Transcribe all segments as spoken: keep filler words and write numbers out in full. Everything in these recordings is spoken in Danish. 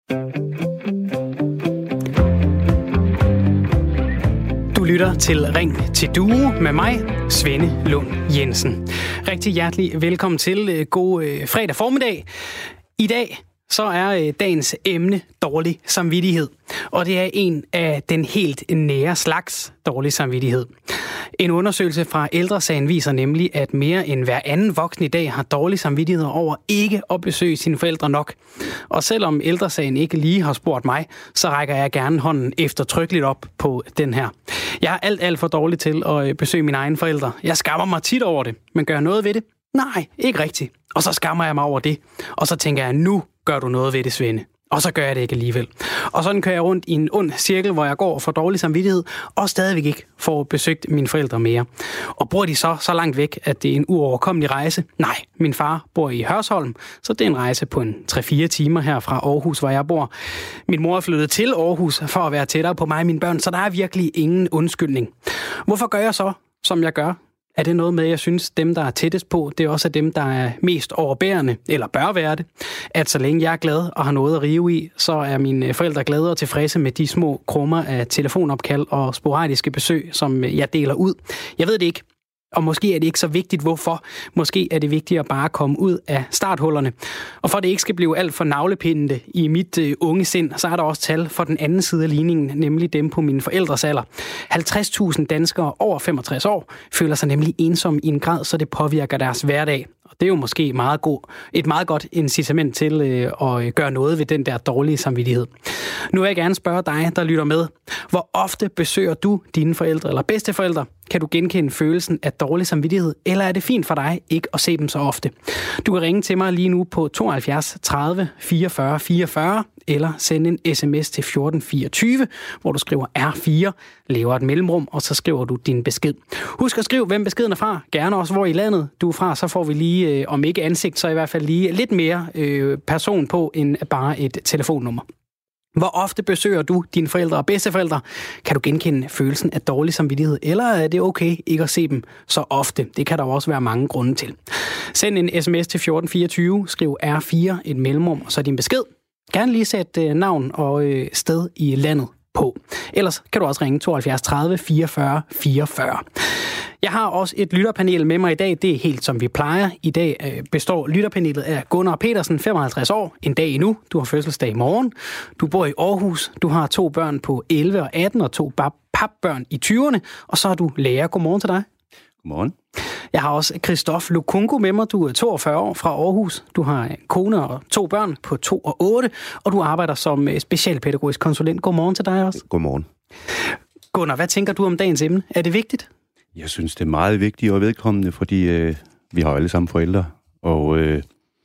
Du lytter til Ring til Due med mig, Svende Lund Jensen. Rigtig hjertelig velkommen til. God fredag formiddag. I dag så er dagens emne dårlig samvittighed. Og det er en af den helt nære slags dårlig samvittighed. En undersøgelse fra Ældre Sagen viser nemlig, at mere end hver anden voksen i dag har dårlig samvittighed over ikke at besøge sine forældre nok. Og selvom Ældre Sagen ikke lige har spurgt mig, så rækker jeg gerne hånden eftertrykkeligt op på den her. Jeg er alt, alt for dårlig til at besøge mine egne forældre. Jeg skammer mig tit over det, men gør jeg noget ved det? Nej, ikke rigtigt. Og så skammer jeg mig over det. Og så tænker jeg, nu gør du noget ved det, Svende. Og så gør jeg det ikke alligevel. Og sådan kører jeg rundt i en ond cirkel, hvor jeg går og får dårlig samvittighed, og stadigvæk ikke får besøgt mine forældre mere. Og bor de så så langt væk, at det er en uoverkommelig rejse? Nej, min far bor i Hørsholm, så det er en rejse på en tre fire timer her fra Aarhus, hvor jeg bor. Min mor er flyttet til Aarhus for at være tættere på mig og mine børn, så der er virkelig ingen undskyldning. Hvorfor gør jeg så, som jeg gør? Er det noget med, at jeg synes, dem, der er tættest på, det er også dem, der er mest overbærende, eller bør være det, at så længe jeg er glad og har noget at rive i, så er mine forældre glade og tilfredse med de små krummer af telefonopkald og sporadiske besøg, som jeg deler ud. Jeg ved det ikke. Og måske er det ikke så vigtigt, hvorfor. Måske er det vigtigt at bare komme ud af starthullerne. Og for at det ikke skal blive alt for navlepindende i mit øh, unge sind, så er der også tal for den anden side af ligningen, nemlig dem på mine forældres alder. halvtreds tusind danskere over femogtres år føler sig nemlig ensomme i en grad, så det påvirker deres hverdag. Og det er jo måske meget god, et meget godt incitament til øh, at gøre noget ved den der dårlige samvittighed. Nu vil jeg gerne spørge dig, der lytter med. Hvor ofte besøger du dine forældre eller bedsteforældre? Kan du genkende følelsen af dårlig samvittighed, eller er det fint for dig ikke at se dem så ofte? Du kan ringe til mig lige nu på tooghalvfjerds tredive fireogfyrre fireogfyrre, eller sende en sms til fjorten fireogtyve, hvor du skriver R fire, laver et mellemrum, og så skriver du din besked. Husk at skrive, hvem beskeden er fra. Gerne også, hvor i landet du er fra, så får vi lige, øh, om ikke ansigt, så i hvert fald lige lidt mere øh, person på, end bare et telefonnummer. Hvor ofte besøger du dine forældre og bedsteforældre? Kan du genkende følelsen af dårlig samvittighed, eller er det okay ikke at se dem så ofte? Det kan der også være mange grunde til. Send en sms til fjorten fireogtyve, skriv R fire, et mellemrum, og så din besked. Gerne lige sætte navn og sted i landet på. Ellers kan du også ringe tooghalvfjerds tredive fireogfyrre fireogfyrre. Jeg har også et lytterpanel med mig i dag. Det er helt som vi plejer. I dag består lytterpanelet af Gunnar Petersen, femoghalvtreds år, en dag endnu. Du har fødselsdag i morgen. Du bor i Aarhus. Du har to børn på elleve og atten og to papbørn i tyverne. Og så er du lærer. Godmorgen til dig. Godmorgen. Jeg har også Christoph Lukungu med mig. Du er toogfyrre år fra Aarhus. Du har en kone og to børn på to og otte, og du arbejder som specialpædagogisk konsulent. Godmorgen til dig også. Godmorgen. Gunnar, hvad tænker du om dagens emne? Er det vigtigt? Jeg synes, det er meget vigtigt og vedkommende, fordi øh, vi har alle sammen forældre, og øh,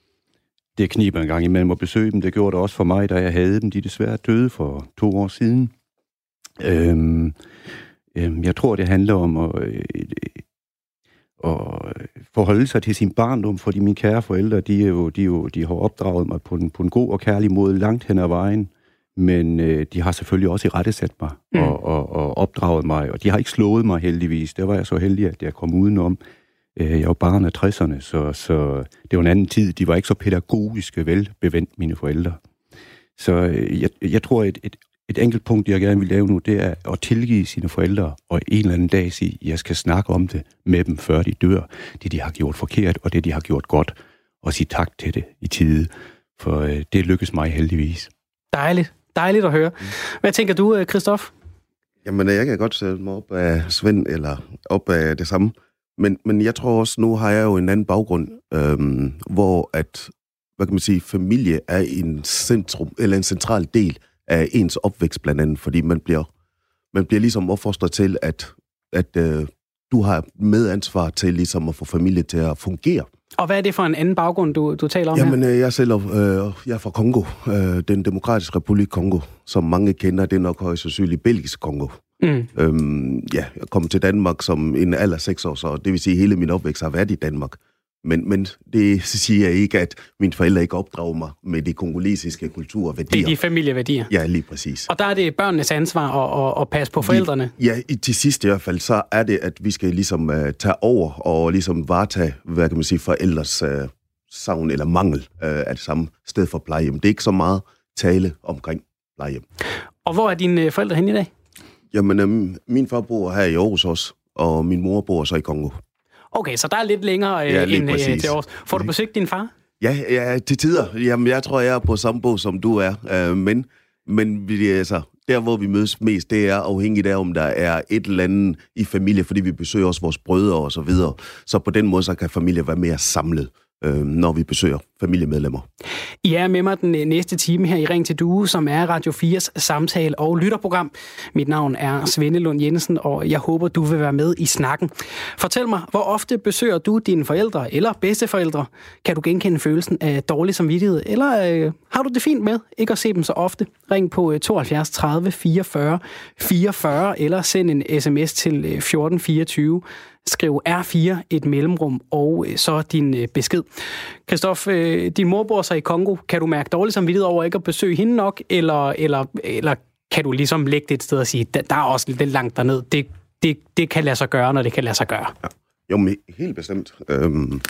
det kniber en gang imellem at besøge dem. Det gjorde det også for mig, da jeg havde dem. De er desværre døde for to år siden. Øhm, øh, jeg tror, det handler om at, øh, at forholde sig til sin barndom, fordi mine kære forældre, de, er jo, de, er jo, de har opdraget mig på en, på en god og kærlig måde langt hen ad vejen. Men øh, de har selvfølgelig også irettesat mig mm. og, og, og opdraget mig, og de har ikke slået mig heldigvis. Der var jeg så heldig, at jeg kom udenom. Øh, jeg var barn af tresserne, så, så det var en anden tid. De var ikke så pædagogiske velbevendt, mine forældre. Så øh, jeg, jeg tror, et, et, et enkelt punkt, jeg gerne vil lave nu, det er at tilgive sine forældre, og en eller anden dag sige, at jeg skal snakke om det med dem, før de dør. Det, de har gjort forkert, og det, de har gjort godt, og sige tak til det i tide. For øh, det lykkes mig heldigvis. Dejligt. Dejligt at høre. Hvad tænker du, Christoph? Jamen, jeg kan godt sætte mig op af Svend, eller op af det samme. Men, men jeg tror også, nu har jeg jo en anden baggrund, øhm, hvor at, hvad kan man sige, familie er en centrum, eller en central del af ens opvækst blandt andet, fordi man bliver, man bliver ligesom opfostret til, at, at øh, du har medansvar til ligesom at få familie til at fungere. Og hvad er det for en anden baggrund, du, du taler om Jamen, her? jeg er selv øh, jeg er fra Kongo, øh, den demokratiske republik Kongo, som mange kender, det er nok højst sandsynligt belgisk Kongo. Mm. Øhm, ja, jeg kom til Danmark som en alder seks år, så det vil sige, at hele min opvækst har været i Danmark. Men, men det siger ikke, at mine forældre ikke opdrager mig med de kongolesiske kultur og værdier. Det er de familieværdier. Ja, lige præcis. Og der er det børnenes ansvar at, at, at passe på forældrene. Ja, til sidst i hvert fald, så er det, at vi skal ligesom uh, tage over og ligesom varetage, hvad kan man sige, forældres uh, savn eller mangel uh, af det samme sted for plejehjem. Det er ikke så meget tale omkring plejehjem. Og hvor er dine forældre henne i dag? Jamen, øhm, min far bor her i Aarhus også, og min mor bor så i Kongo. Okay, så der er lidt længere øh, ja, end øh, til Aarhus. Får du besøgt din far? Ja, ja, til tider. Jamen, jeg tror, jeg er på samme båd, som du er. Øh, men men vi, altså, der, hvor vi mødes mest, det er afhængigt af, om der er et eller andet i familie, fordi vi besøger også vores brødre og så videre. Så på den måde, så kan familie være mere samlet, øh, når vi besøger familiemedlemmer. I er med mig den næste time her i Ring til Due, som er Radio fires samtale- og lytterprogram. Mit navn er Svenne Lund Jensen, og jeg håber, du vil være med i snakken. Fortæl mig, hvor ofte besøger du dine forældre eller bedsteforældre? Kan du genkende følelsen af dårlig samvittighed, eller øh, har du det fint med ikke at se dem så ofte? Ring på tooghalvfjerds tredive fireogfyrre fireogfyrre, eller send en sms til fjorten fireogtyve. Skriv R fire, et mellemrum, og så din besked. Christoffe, din mor bor så i Kongo. Kan du mærke dårlig samvittighed over ikke at besøge hende nok, eller, eller, eller kan du ligesom lægge det et sted og sige, der er også lidt langt derned. Det, det, det kan lade sig gøre, når det kan lade sig gøre. Ja. Jo, men helt bestemt. Øhm,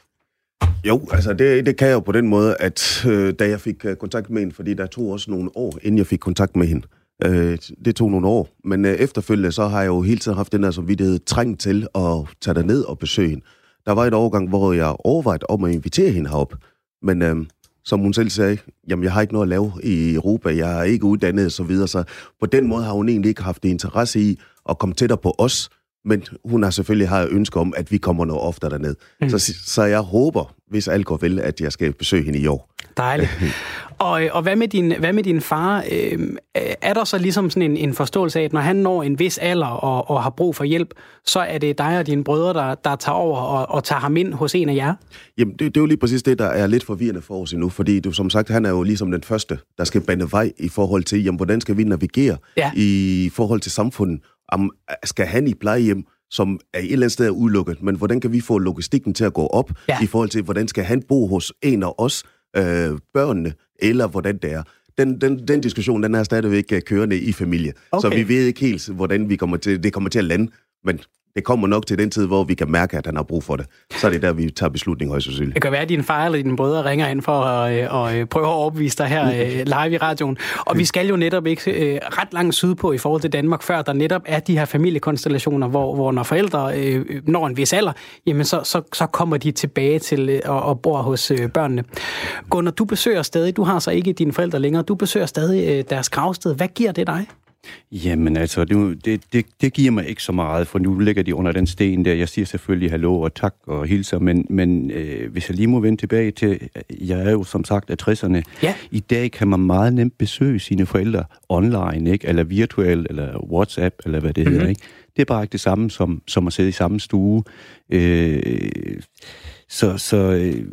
jo, altså det, det kan jeg jo på den måde, at øh, da jeg fik øh, kontakt med hende, fordi der tog også nogle år, inden jeg fik kontakt med hende. Øh, det tog nogle år, men øh, efterfølgende så har jeg jo hele tiden haft den der samvittighed trængt til at tage derned og besøge hende. Der var et overgang, hvor jeg overvejede om at invitere hende herop, men øh, som hun selv sagde, jamen jeg har ikke noget at lave i Europa, jeg er ikke uddannet og så videre, så på den måde har hun egentlig ikke haft interesse i at komme tættere på os, men hun har selvfølgelig har ønske om, at vi kommer noget oftere derned. Mm. Så, så jeg håber, hvis alt går vel, at jeg skal besøge hende i år. Dejligt. Og, og hvad med din, hvad med din far? Øh, er der så ligesom sådan en, en forståelse af, at når han når en vis alder og, og har brug for hjælp, så er det dig og dine brødre, der, der tager over og, og tager ham ind hos en af jer? Jamen, det, det er jo lige præcis det, der er lidt forvirrende for os endnu, fordi du, som sagt, han er jo ligesom den første, der skal bane vej i forhold til, jamen, hvordan skal vi navigere ja. i forhold til samfundet? Om, skal han i plejehjem, som er et eller andet sted udelukket, men hvordan kan vi få logistikken til at gå op ja. i forhold til, hvordan skal han bo hos en af os, øh, børnene, eller hvordan det er. Den, den, den diskussion, den er stadigvæk kørende i familie. Okay. Så vi ved ikke helt, hvordan vi kommer til, det kommer til at lande, men det kommer nok til den tid, hvor vi kan mærke, at han har brug for det. Så er det der, vi tager beslutninger højst sandsynligt. Det kan være, at dine far eller dine brødre ringer ind for at, at prøve at overbevise dig her live i radioen. Og vi skal jo netop ikke ret langt sydpå i forhold til Danmark, før der netop er de her familiekonstellationer, hvor, hvor når forældre når en vis alder, jamen så, så, så kommer de tilbage til og, og bor hos børnene. Gunnar, du besøger stadig, du har så ikke dine forældre længere, du besøger stadig deres gravsted. Hvad giver det dig? Jamen altså, det, det, det, det giver mig ikke så meget, for nu ligger de under den sten der. Jeg siger selvfølgelig hallo og tak og hilser, men, men øh, hvis jeg lige må vende tilbage til, jeg er jo som sagt af tresserne. Ja. I dag kan man meget nemt besøge sine forældre online, ikke? Eller virtuelt, eller WhatsApp, eller hvad det mm-hmm. hedder, ikke? Det er bare ikke det samme som, som at sidde i samme stue. Øh, så... så øh,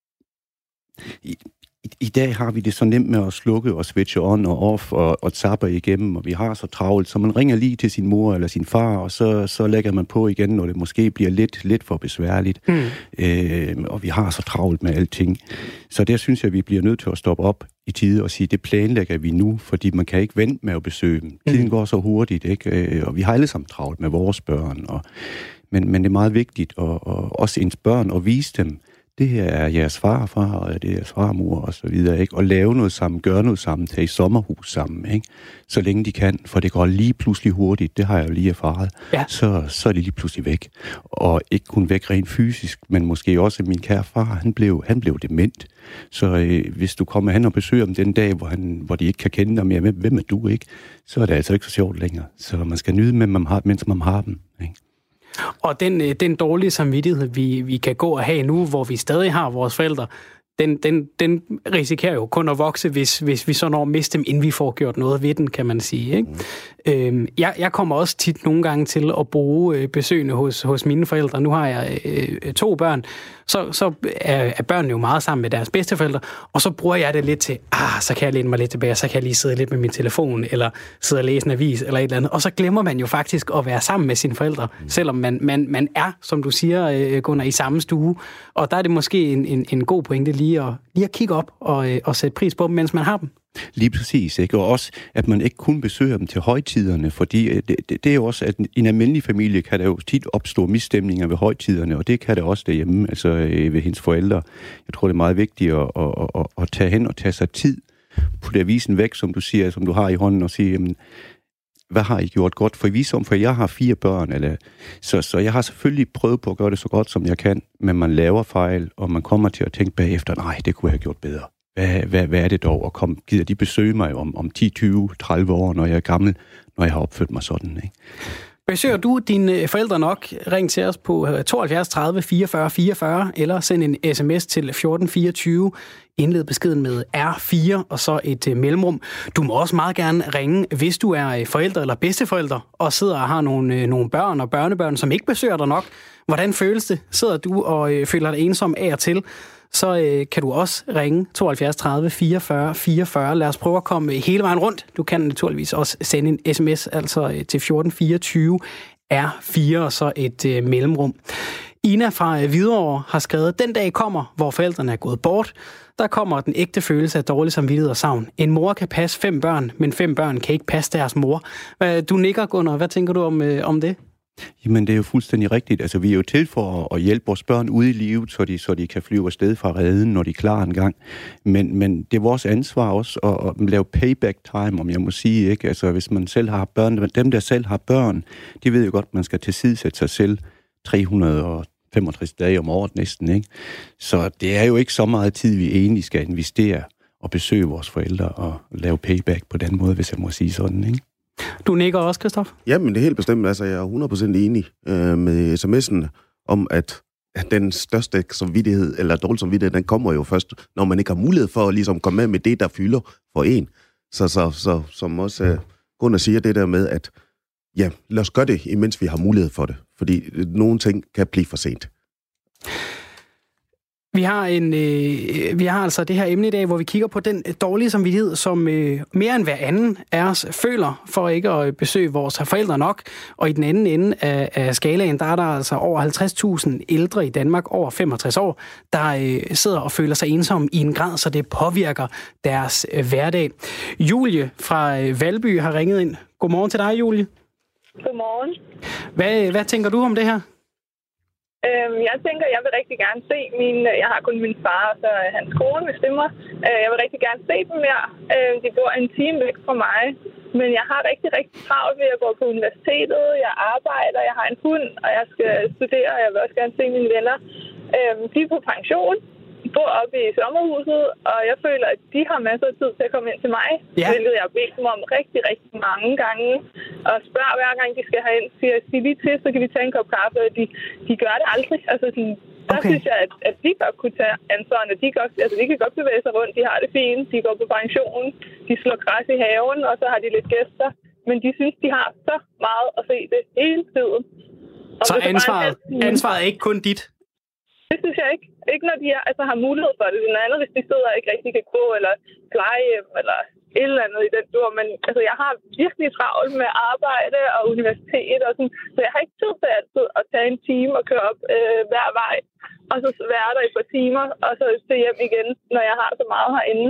i, I dag har vi det så nemt med at slukke og switche on og off og, og zapper igennem, og vi har så travlt, så man ringer lige til sin mor eller sin far, og så, så lægger man på igen, når det måske bliver lidt, lidt for besværligt. Mm. Øh, og vi har så travlt med alting. Så der synes jeg, vi bliver nødt til at stoppe op i tide og sige, det planlægger vi nu, fordi man kan ikke vente med at besøge dem. Tiden mm. går så hurtigt, ikke? Og vi har alle sammen travlt med vores børn. Og, men, men det er meget vigtigt, og, og også ens børn, at vise dem, det her er jeres farfar, og det er jeres farmor, og så videre, ikke? Og lave noget sammen, gøre noget sammen, tage i sommerhus sammen, ikke? Så længe de kan, for det går lige pludselig hurtigt, det har jeg jo lige erfaret, ja. så, så er de lige pludselig væk. Og ikke kun væk rent fysisk, men måske også min kære far, han blev, han blev dement. Så øh, hvis du kommer hen og besøger dem den dag, hvor, han, hvor de ikke kan kende dig mere, hvem er du, ikke? Så er det altså ikke så sjovt længere. Så man skal nyde med, man har, mens man har dem, ikke? Og den, den dårlige samvittighed, vi, vi kan gå og have nu, hvor vi stadig har vores forældre, den, den, den risikerer jo kun at vokse, hvis, hvis vi så når at miste dem, inden vi får gjort noget ved den, kan man sige. Ikke? Mm. Øhm, jeg, jeg kommer også tit nogle gange til at bruge øh, besøgende hos, hos mine forældre. Nu har jeg øh, to børn, så, så er, er børnene jo meget sammen med deres bedsteforældre, og så bruger jeg det lidt til, ah, så kan jeg læne mig lidt tilbage, så kan jeg lige sidde lidt med min telefon, eller sidde og læse en avis, eller et eller andet. Og så glemmer man jo faktisk at være sammen med sine forældre, mm. selvom man, man, man er, som du siger, øh, Gunnar, i samme stue. Og der er det måske en, en, en god pointe lige at, lige at kigge op og, øh, og sætte pris på dem, mens man har dem. Lige præcis, ikke? Og også, at man ikke kun besøger dem til højtiderne, fordi det, det, det er jo også, at i en almindelig familie kan der jo tit opstå misstemninger ved højtiderne, og det kan der også derhjemme, altså ved hendes forældre. Jeg tror, det er meget vigtigt at, at, at, at tage hen og tage sig tid putte avisen væk, som du siger, som du har i hånden, og sige, jamen, hvad har I gjort godt? For I viser om, for jeg har fire børn, eller, så, så jeg har selvfølgelig prøvet på at gøre det så godt, som jeg kan, men man laver fejl, og man kommer til at tænke bagefter, nej, det kunne jeg have gjort bedre. Hvad, hvad, hvad er det dog? Og kom, gider de besøge mig om, om ti, tyve, tredive år, når jeg er gammel, når jeg har opført mig sådan, ikke? Besøger du dine forældre nok? Ring til os på tooghalvfjerds tredive fireogfyrre fireogfyrre, eller send en sms til fjorten fireogtyve. Indled beskeden med R fire og så et mellemrum. Du må også meget gerne ringe, hvis du er forældre eller bedsteforældre, og sidder og har nogle, nogle børn og børnebørn, som ikke besøger dig nok. Hvordan føles det? Sidder du og føler dig ensom af og til? Så øh, kan du også ringe tooghalvfjerds tredive fireogfyrre fireogfyrre. Lad os prøve at komme hele vejen rundt. Du kan naturligvis også sende en sms altså øh, til fjorten fireogtyve R fire og så et øh, mellemrum. Ina fra øh, Hvidovre har skrevet, den dag kommer, hvor forældrene er gået bort. Der kommer den ægte følelse af dårlig samvittighed og savn. En mor kan passe fem børn, men fem børn kan ikke passe deres mor. Du nikker, Gunnar. Hvad tænker du om, øh, om det? Jamen, det er jo fuldstændig rigtigt. Altså, vi er jo til for at hjælpe vores børn ude i livet, så de, så de kan flyve afsted fra redden, når de er klar en gang. Men, men det er vores ansvar også at, at lave payback time, om jeg må sige, ikke? Altså, hvis man selv har børn, dem der selv har børn, de ved jo godt, at man skal tilsidesætte sig selv tre hundrede og femogtres dage om året næsten, ikke? Så det er jo ikke så meget tid, vi egentlig skal investere og besøge vores forældre og lave payback på den måde, hvis jeg må sige sådan, ikke? Du nikker også, Christoph? Jamen, det er helt bestemt. Altså, jeg er hundrede procent enig øh, med sms'en om, at, at den største samvittighed, eller dårlig samvittighed, den kommer jo først, når man ikke har mulighed for at ligesom komme med med det, der fylder for en. Så, så, så som også øh, Gunnar siger, det der med, at ja, lad os gøre det, imens vi har mulighed for det. Fordi nogle ting kan blive for sent. Vi har, en, øh, vi har altså det her emne i dag, hvor vi kigger på den dårlige samvittighed, som øh, mere end hver anden af os føler for ikke at besøge vores forældre nok. Og i den anden ende af, af skalaen, der er der altså over halvtreds tusind ældre i Danmark over femogtres år, der øh, sidder og føler sig ensomme i en grad, så det påvirker deres øh, hverdag. Julie fra øh, Valby har ringet ind. Godmorgen til dig, Julie. Godmorgen. Hvad, hvad tænker du om det her? Øhm, jeg tænker, jeg vil rigtig gerne se min... Jeg har kun min far og så hans kone, hvis det mig. Øh, jeg vil rigtig gerne se dem mere. Øh, de bor en time væk fra mig. Men jeg har rigtig, rigtig travlt ved at gå på universitetet. Jeg arbejder, jeg har en hund, og jeg skal studere, og jeg vil også gerne se mine venner. Øh, de er på pension. De bor oppe i sommerhuset, og jeg føler, at de har masser af tid til at komme ind til mig. Ja. Hvilket jeg har bedt dem om rigtig, rigtig mange gange. Og spørger hver gang, de skal herind, siger jeg, sig lige til, så kan vi tage en kop kaffe. Og de, de gør det aldrig. Altså sådan, der okay. synes jeg, at, at de godt kunne tage ansvaret. De, godt, altså, de kan godt bevæge sig rundt, de har det fint, de går på pension, de slår græs i haven, og så har de lidt gæster. Men de synes, de har så meget at se det hele tiden. Og så ansvaret, ansvaret er ikke kun dit? Det synes jeg ikke. Ikke når de er, altså, har mulighed for det. Det er noget andet, hvis de sidder og ikke rigtig kan gå, eller plejehjem, eller et eller andet i den dur. Men altså, jeg har virkelig travlt med arbejde og universitet, og sådan, så jeg har ikke tid til altid at tage en time og køre op øh, hver vej, og så være der i et par timer, og så til hjem igen, når jeg har så meget herinde.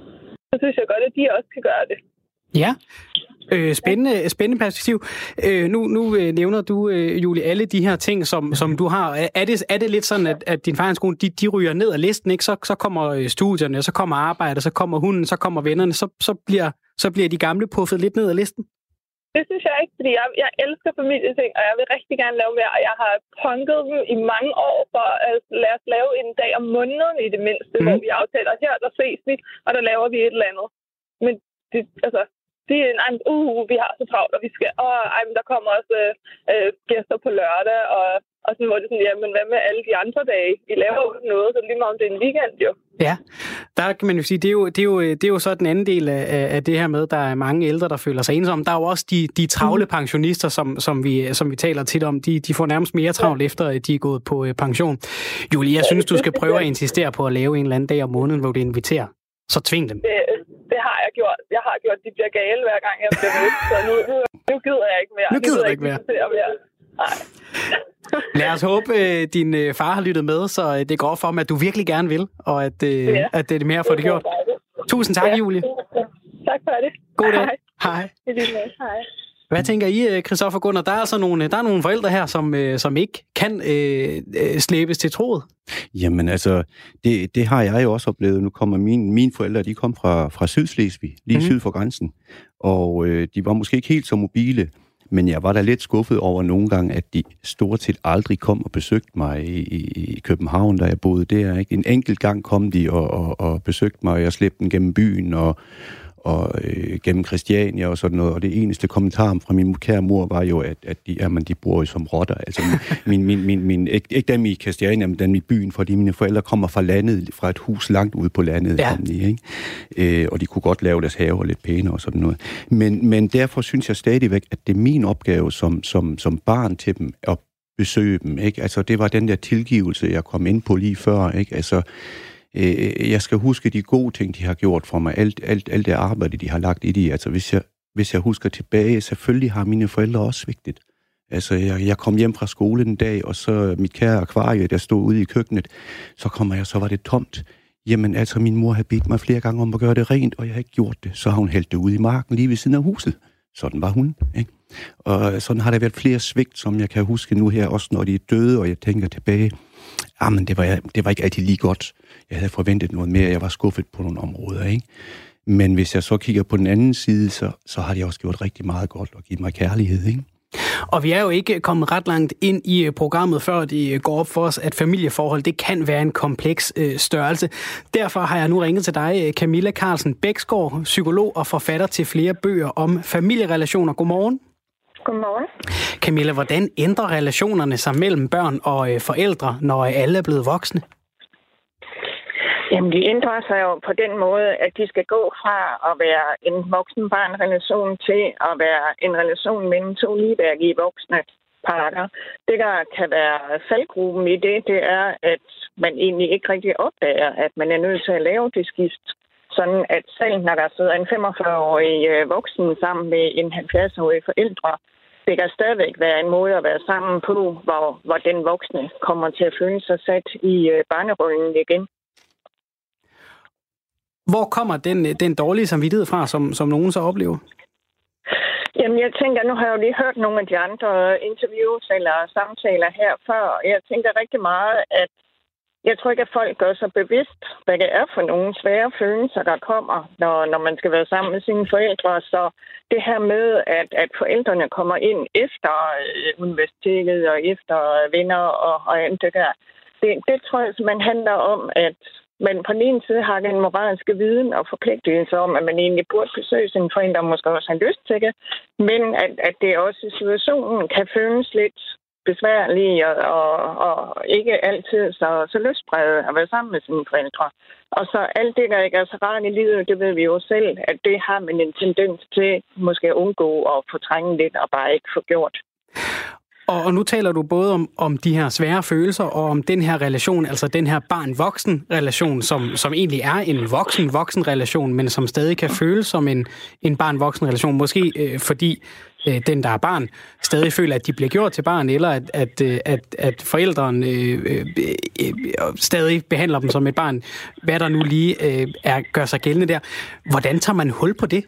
Så synes jeg godt, at de også kan gøre det. Ja. Øh, spændende, spændende perspektiv. Øh, nu nu øh, nævner du, øh, Julie, alle de her ting, som, som du har. Er det, er det lidt sådan, at, at din far og kone, de, de ryger ned ad listen, ikke? Så, så kommer studierne, så kommer arbejde, så kommer hunden, så kommer vennerne, så, så, bliver, så bliver de gamle puffet lidt ned ad listen? Det synes jeg ikke, fordi jeg, jeg elsker familieting, og jeg vil rigtig gerne lave mere, og jeg har punket dem i mange år for at lade os lave en dag om måneden i det mindste, mm. hvor vi aftaler, her der ses vi, og der laver vi et eller andet. Men det, altså... Det er en anden, uh, vi har så travlt, og vi skal, åh, ej, men der kommer også øh, gæster på lørdag, og, og sådan, hvor det er sådan, ja, men hvad med alle de andre dage? Vi laver jo noget, så lige meget om det er en weekend, jo. Ja, der kan man jo sige, det er jo, det er jo, det er jo så den anden del af, af det her med, der er mange ældre, der føler sig ensomme. Der er jo også de, de travle pensionister, som, som, vi, som vi taler tit om, de, de får nærmest mere travlt efter, at de er gået på pension. Julie, jeg synes, du skal prøve at insistere på at lave en eller anden dag om måneden, hvor du inviterer. Så tving dem. Det, det har jeg gjort. Jeg har gjort, de bliver gale hver gang, jeg bliver mødt. Så nu, nu, nu gider jeg ikke mere. Nu gider du ikke mere. mere. Nej. Lad os håbe, at din far har lyttet med, så det går for ham, at du virkelig gerne vil, og at, ja. at det er mere at få det gjort. Tusind tak, ja. Julie. Tak for det. God dag. Hej. Hej. Hej. Hvad tænker I, Christoffer Gunnar? Der er altså nogle, der er nogle forældre her, som, som ikke kan øh, slæbes til troet. Jamen altså, det, det har jeg jo også oplevet. Nu kommer mine, mine forældre, de kom fra, fra Sydslesvig, lige mm-hmm. syd for grænsen. Og øh, de var måske ikke helt så mobile, men jeg var da lidt skuffet over nogle gange, at de stort set aldrig kom og besøgte mig i, i København, da jeg boede der. Ikke? En enkelt gang kom de og, og, og besøgte mig, og jeg slæbte dem gennem byen og, og øh, gennem Christiania og sådan noget. Og det eneste kommentar fra min kære mor var jo, at, at de, jamen, de bor jo som rotter. Altså, min, min, min, min, ikke, ikke dem i Christiania, men dem i byen, fordi mine forældre kommer fra landet, fra et hus langt ude på landet. Ja. De, ikke? Øh, og de kunne godt lave deres haver lidt pænere og sådan noget. Men, men derfor synes jeg stadigvæk, at det er min opgave som, som, som barn til dem at besøge dem. Ikke? Altså, det var den der tilgivelse, jeg kom ind på lige før. Ikke? Altså, jeg skal huske de gode ting, de har gjort for mig. Alt, alt, alt det arbejde, de har lagt i det. Altså, hvis jeg, hvis jeg husker tilbage, selvfølgelig har mine forældre også svigtet. Altså, jeg, jeg kom hjem fra skole en dag, og så mit kære akvarie, der stod ude i køkkenet, så kommer jeg, så var det tomt. Jamen, altså, min mor havde bedt mig flere gange om at gøre det rent, og jeg har ikke gjort det. Så har hun hældt det ud i marken lige ved siden af huset. Sådan var hun, ikke? Og sådan har der været flere svigt, som jeg kan huske nu her, også når de er døde, og jeg tænker tilbage, jamen, det var, det var ikke altid lige godt. Jeg havde forventet noget mere, jeg var skuffet på nogle områder, ikke? Men hvis jeg så kigger på den anden side, så, så har de også gjort rigtig meget godt og givet mig kærlighed, ikke? Og vi er jo ikke kommet ret langt ind i programmet, før det går op for os, at familieforhold, det kan være en kompleks øh, størrelse. Derfor har jeg nu ringet til dig, Camilla Carlsen Bæksgaard, psykolog og forfatter til flere bøger om familierelationer. Godmorgen. Godmorgen. Camilla, hvordan ændrer relationerne sig mellem børn og øh, forældre, når alle er blevet voksne? Jamen, de ændrer sig jo på den måde, at de skal gå fra at være en voksen-barn-relation til at være en relation mellem to ligeværdige voksne parter. Det, der kan være faldgruppen i det, det er, at man egentlig ikke rigtig opdager, at man er nødt til at lave det skift. Sådan at selv når der sidder en femogfyrre-årig voksen sammen med en halvfjerds-årig forældre, det kan stadigvæk være en måde at være sammen på, hvor, hvor den voksne kommer til at føle sig sat i barnerollen igen. Hvor kommer den, den dårlige samvittighed fra, som, som nogen så oplever? Jamen, jeg tænker, nu har jeg jo lige hørt nogle af de andre interviews eller samtaler her før, og jeg tænker rigtig meget, at jeg tror ikke, at folk gør sig bevidst, hvad det er for nogle svære følelser, der kommer, når, når man skal være sammen med sine forældre. Så det her med, at, at forældrene kommer ind efter universitetet og efter venner og, og alt det der, det, det tror jeg simpelthen handler om, at men på den ene side har den moralske viden og forpligtelse om, at man egentlig burde besøge sine forældre, måske også har lyst til det, men at, at det også i situationen kan føles lidt besværligt og, og, og ikke altid så, så lystbredet at være sammen med sine forældre. Og så alt det, der ikke er så rart i livet, det ved vi jo selv, at det har man en tendens til måske at undgå og fortrænge lidt og bare ikke få gjort. Og nu taler du både om, om de her svære følelser og om den her relation, altså den her barn-voksen-relation, som, som egentlig er en voksen-voksen-relation, men som stadig kan føles som en, en barn-voksen-relation. Måske øh, fordi øh, den, der er barn, stadig føler, at de bliver gjort til barn, eller at, at, øh, at, at forældrene øh, øh, øh, stadig behandler dem som et barn. Hvad der nu lige øh, er, gør sig gældende der. Hvordan tager man hul på det?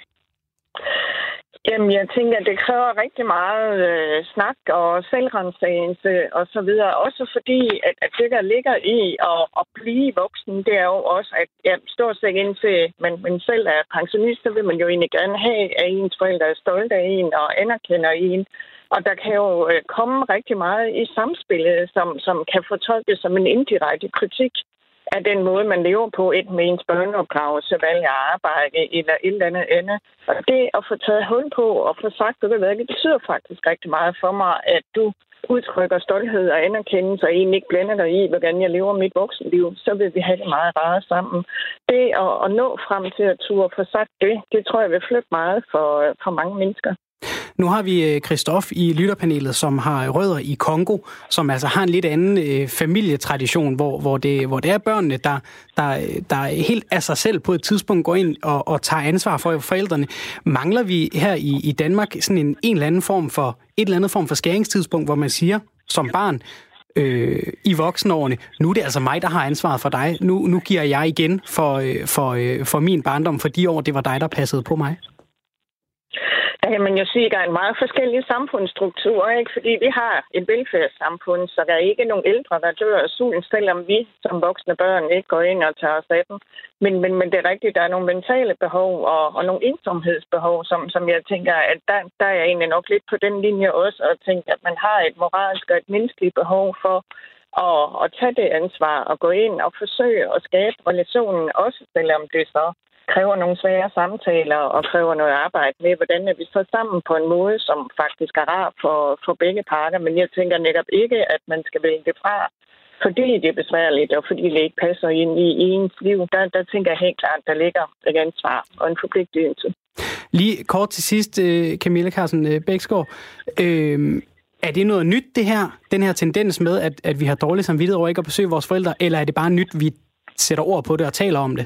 Jamen, jeg tænker, at det kræver rigtig meget øh, snak og selvrensagelse og så videre. Også fordi, at, at det, der ligger i at, at blive voksen, det er jo også, at ja, stort set indtil man, man selv er pensionist, så vil man jo egentlig gerne have, at ens forældre er stolte af en og anerkender en. Og der kan jo øh, komme rigtig meget i samspillet, som, som kan fortolkes som en indirekte kritik af den måde, man lever på, et med ens børneopdragelse, valg af arbejde eller et eller andet andet. Og det at få taget hul på og få sagt, det, det betyder faktisk rigtig meget for mig, at du udtrykker stolthed og anerkendelse og egentlig ikke blander dig i, hvordan jeg lever mit voksenliv, så vil vi have det meget rart sammen. Det at, at nå frem til at turde få sagt det, det tror jeg vil flytte meget for, for mange mennesker. Nu har vi Christoph i lytterpanelet, som har rødder i Kongo, som altså har en lidt anden øh, familietradition, hvor, hvor, det, hvor det er børnene, der, der, der helt af sig selv på et tidspunkt går ind og, og tager ansvar for forældrene. Mangler vi her i, i Danmark sådan en, en eller anden form for, et eller andet form for skæringstidspunkt, hvor man siger som barn øh, i voksenårene, nu er det altså mig, der har ansvaret for dig. Nu, nu giver jeg igen for, øh, for, øh, for min barndom, for de år, det var dig, der passede på mig. Jamen, jeg siger, at der er en meget forskellig samfundsstruktur, ikke? Fordi vi har et velfærdssamfund, så der er ikke nogen ældre, der dør af sulten, selvom vi som voksne børn ikke går ind og tager os af dem. Men, men, men det er rigtigt, der er nogle mentale behov og, og nogle ensomhedsbehov, som, som jeg tænker, at der, der er jeg egentlig nok lidt på den linje også, og tænker, at man har et moralsk og et menneskeligt behov for at, at tage det ansvar og gå ind og forsøge at skabe relationen, også selvom det så kræver nogle svære samtaler og kræver noget arbejde med, hvordan er vi så sammen på en måde, som faktisk er rar for, for begge parter. Men jeg tænker netop ikke, at man skal vælge det fra, fordi det er besværligt, og fordi det ikke passer ind i ens liv. Der, der tænker jeg helt klart, der ligger et ansvar og en forpligtelse. Lige kort til sidst, Camilla Carsten Bæksgaard. Øh, er det noget nyt, det her, den her tendens med, at, at vi har dårlig samvittighed over ikke at besøge vores forældre, eller er det bare nyt, vi sætter ord på det og taler om det?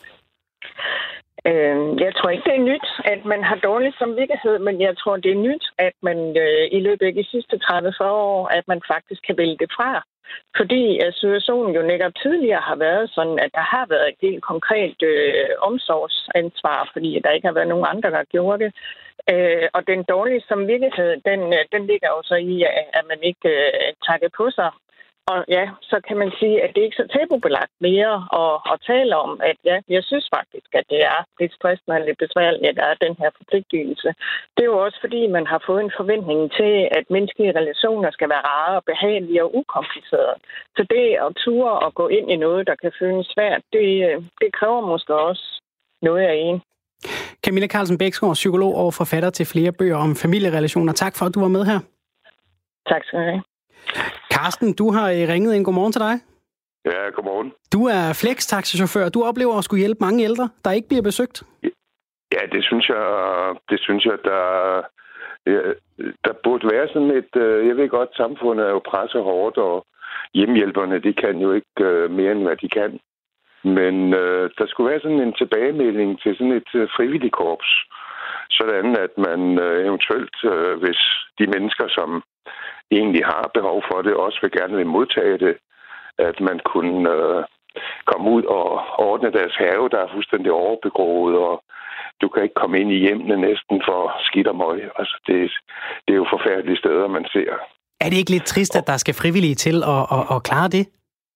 Jeg tror ikke, det er nyt, at man har dårlig samvittighed, men jeg tror, det er nyt, at man øh, i løbet af de sidste tredive til fyrre år, at man faktisk kan vælge det fra. Fordi at situationen jo netop tidligere har været sådan, at der har været et helt konkret øh, omsorgsansvar, fordi der ikke har været nogen andre, der gjorde det. Øh, og den dårlige samvittighed, den, den ligger jo så i, at man ikke øh, tager det på sig. Og ja, så kan man sige, at det ikke er så tabubelagt mere at, at tale om, at ja, jeg synes faktisk, at det er lidt stressende og lidt besværligt, at der er den her forpligtelse. Det er jo også fordi, man har fået en forventning til, at menneskelige relationer skal være rare og behagelige og ukomplicerede. Så det at ture og gå ind i noget, der kan føles svært, det, det kræver måske også noget af en. Camilla Carlsen Bæksgaard, psykolog og forfatter til flere bøger om familierelationer. Tak for, at du var med her. Tak skal du have. Carsten, du har ringet ind. Godmorgen til dig. Ja, godmorgen. Du er flextaxichauffør. Du oplever at skulle hjælpe mange ældre, der ikke bliver besøgt. Ja, det synes jeg, det synes jeg, der, ja, der burde være sådan et... Jeg ved godt, samfundet er jo presset hårdt, og hjemmehjælperne, de kan jo ikke mere, end hvad de kan. Men øh, der skulle være sådan en tilbagemelding til sådan et øh, frivilligt korps. Sådan at man øh, eventuelt, øh, hvis de mennesker, som egentlig har behov for det, også vil gerne vil modtage det, at man kunne øh, komme ud og ordne deres have, der er fuldstændig overbegroet, og du kan ikke komme ind i hjemmene næsten for skidt og møg. Altså, det, det er jo forfærdelige steder, man ser. Er det ikke lidt trist, at der skal frivillige til at, at, at klare det?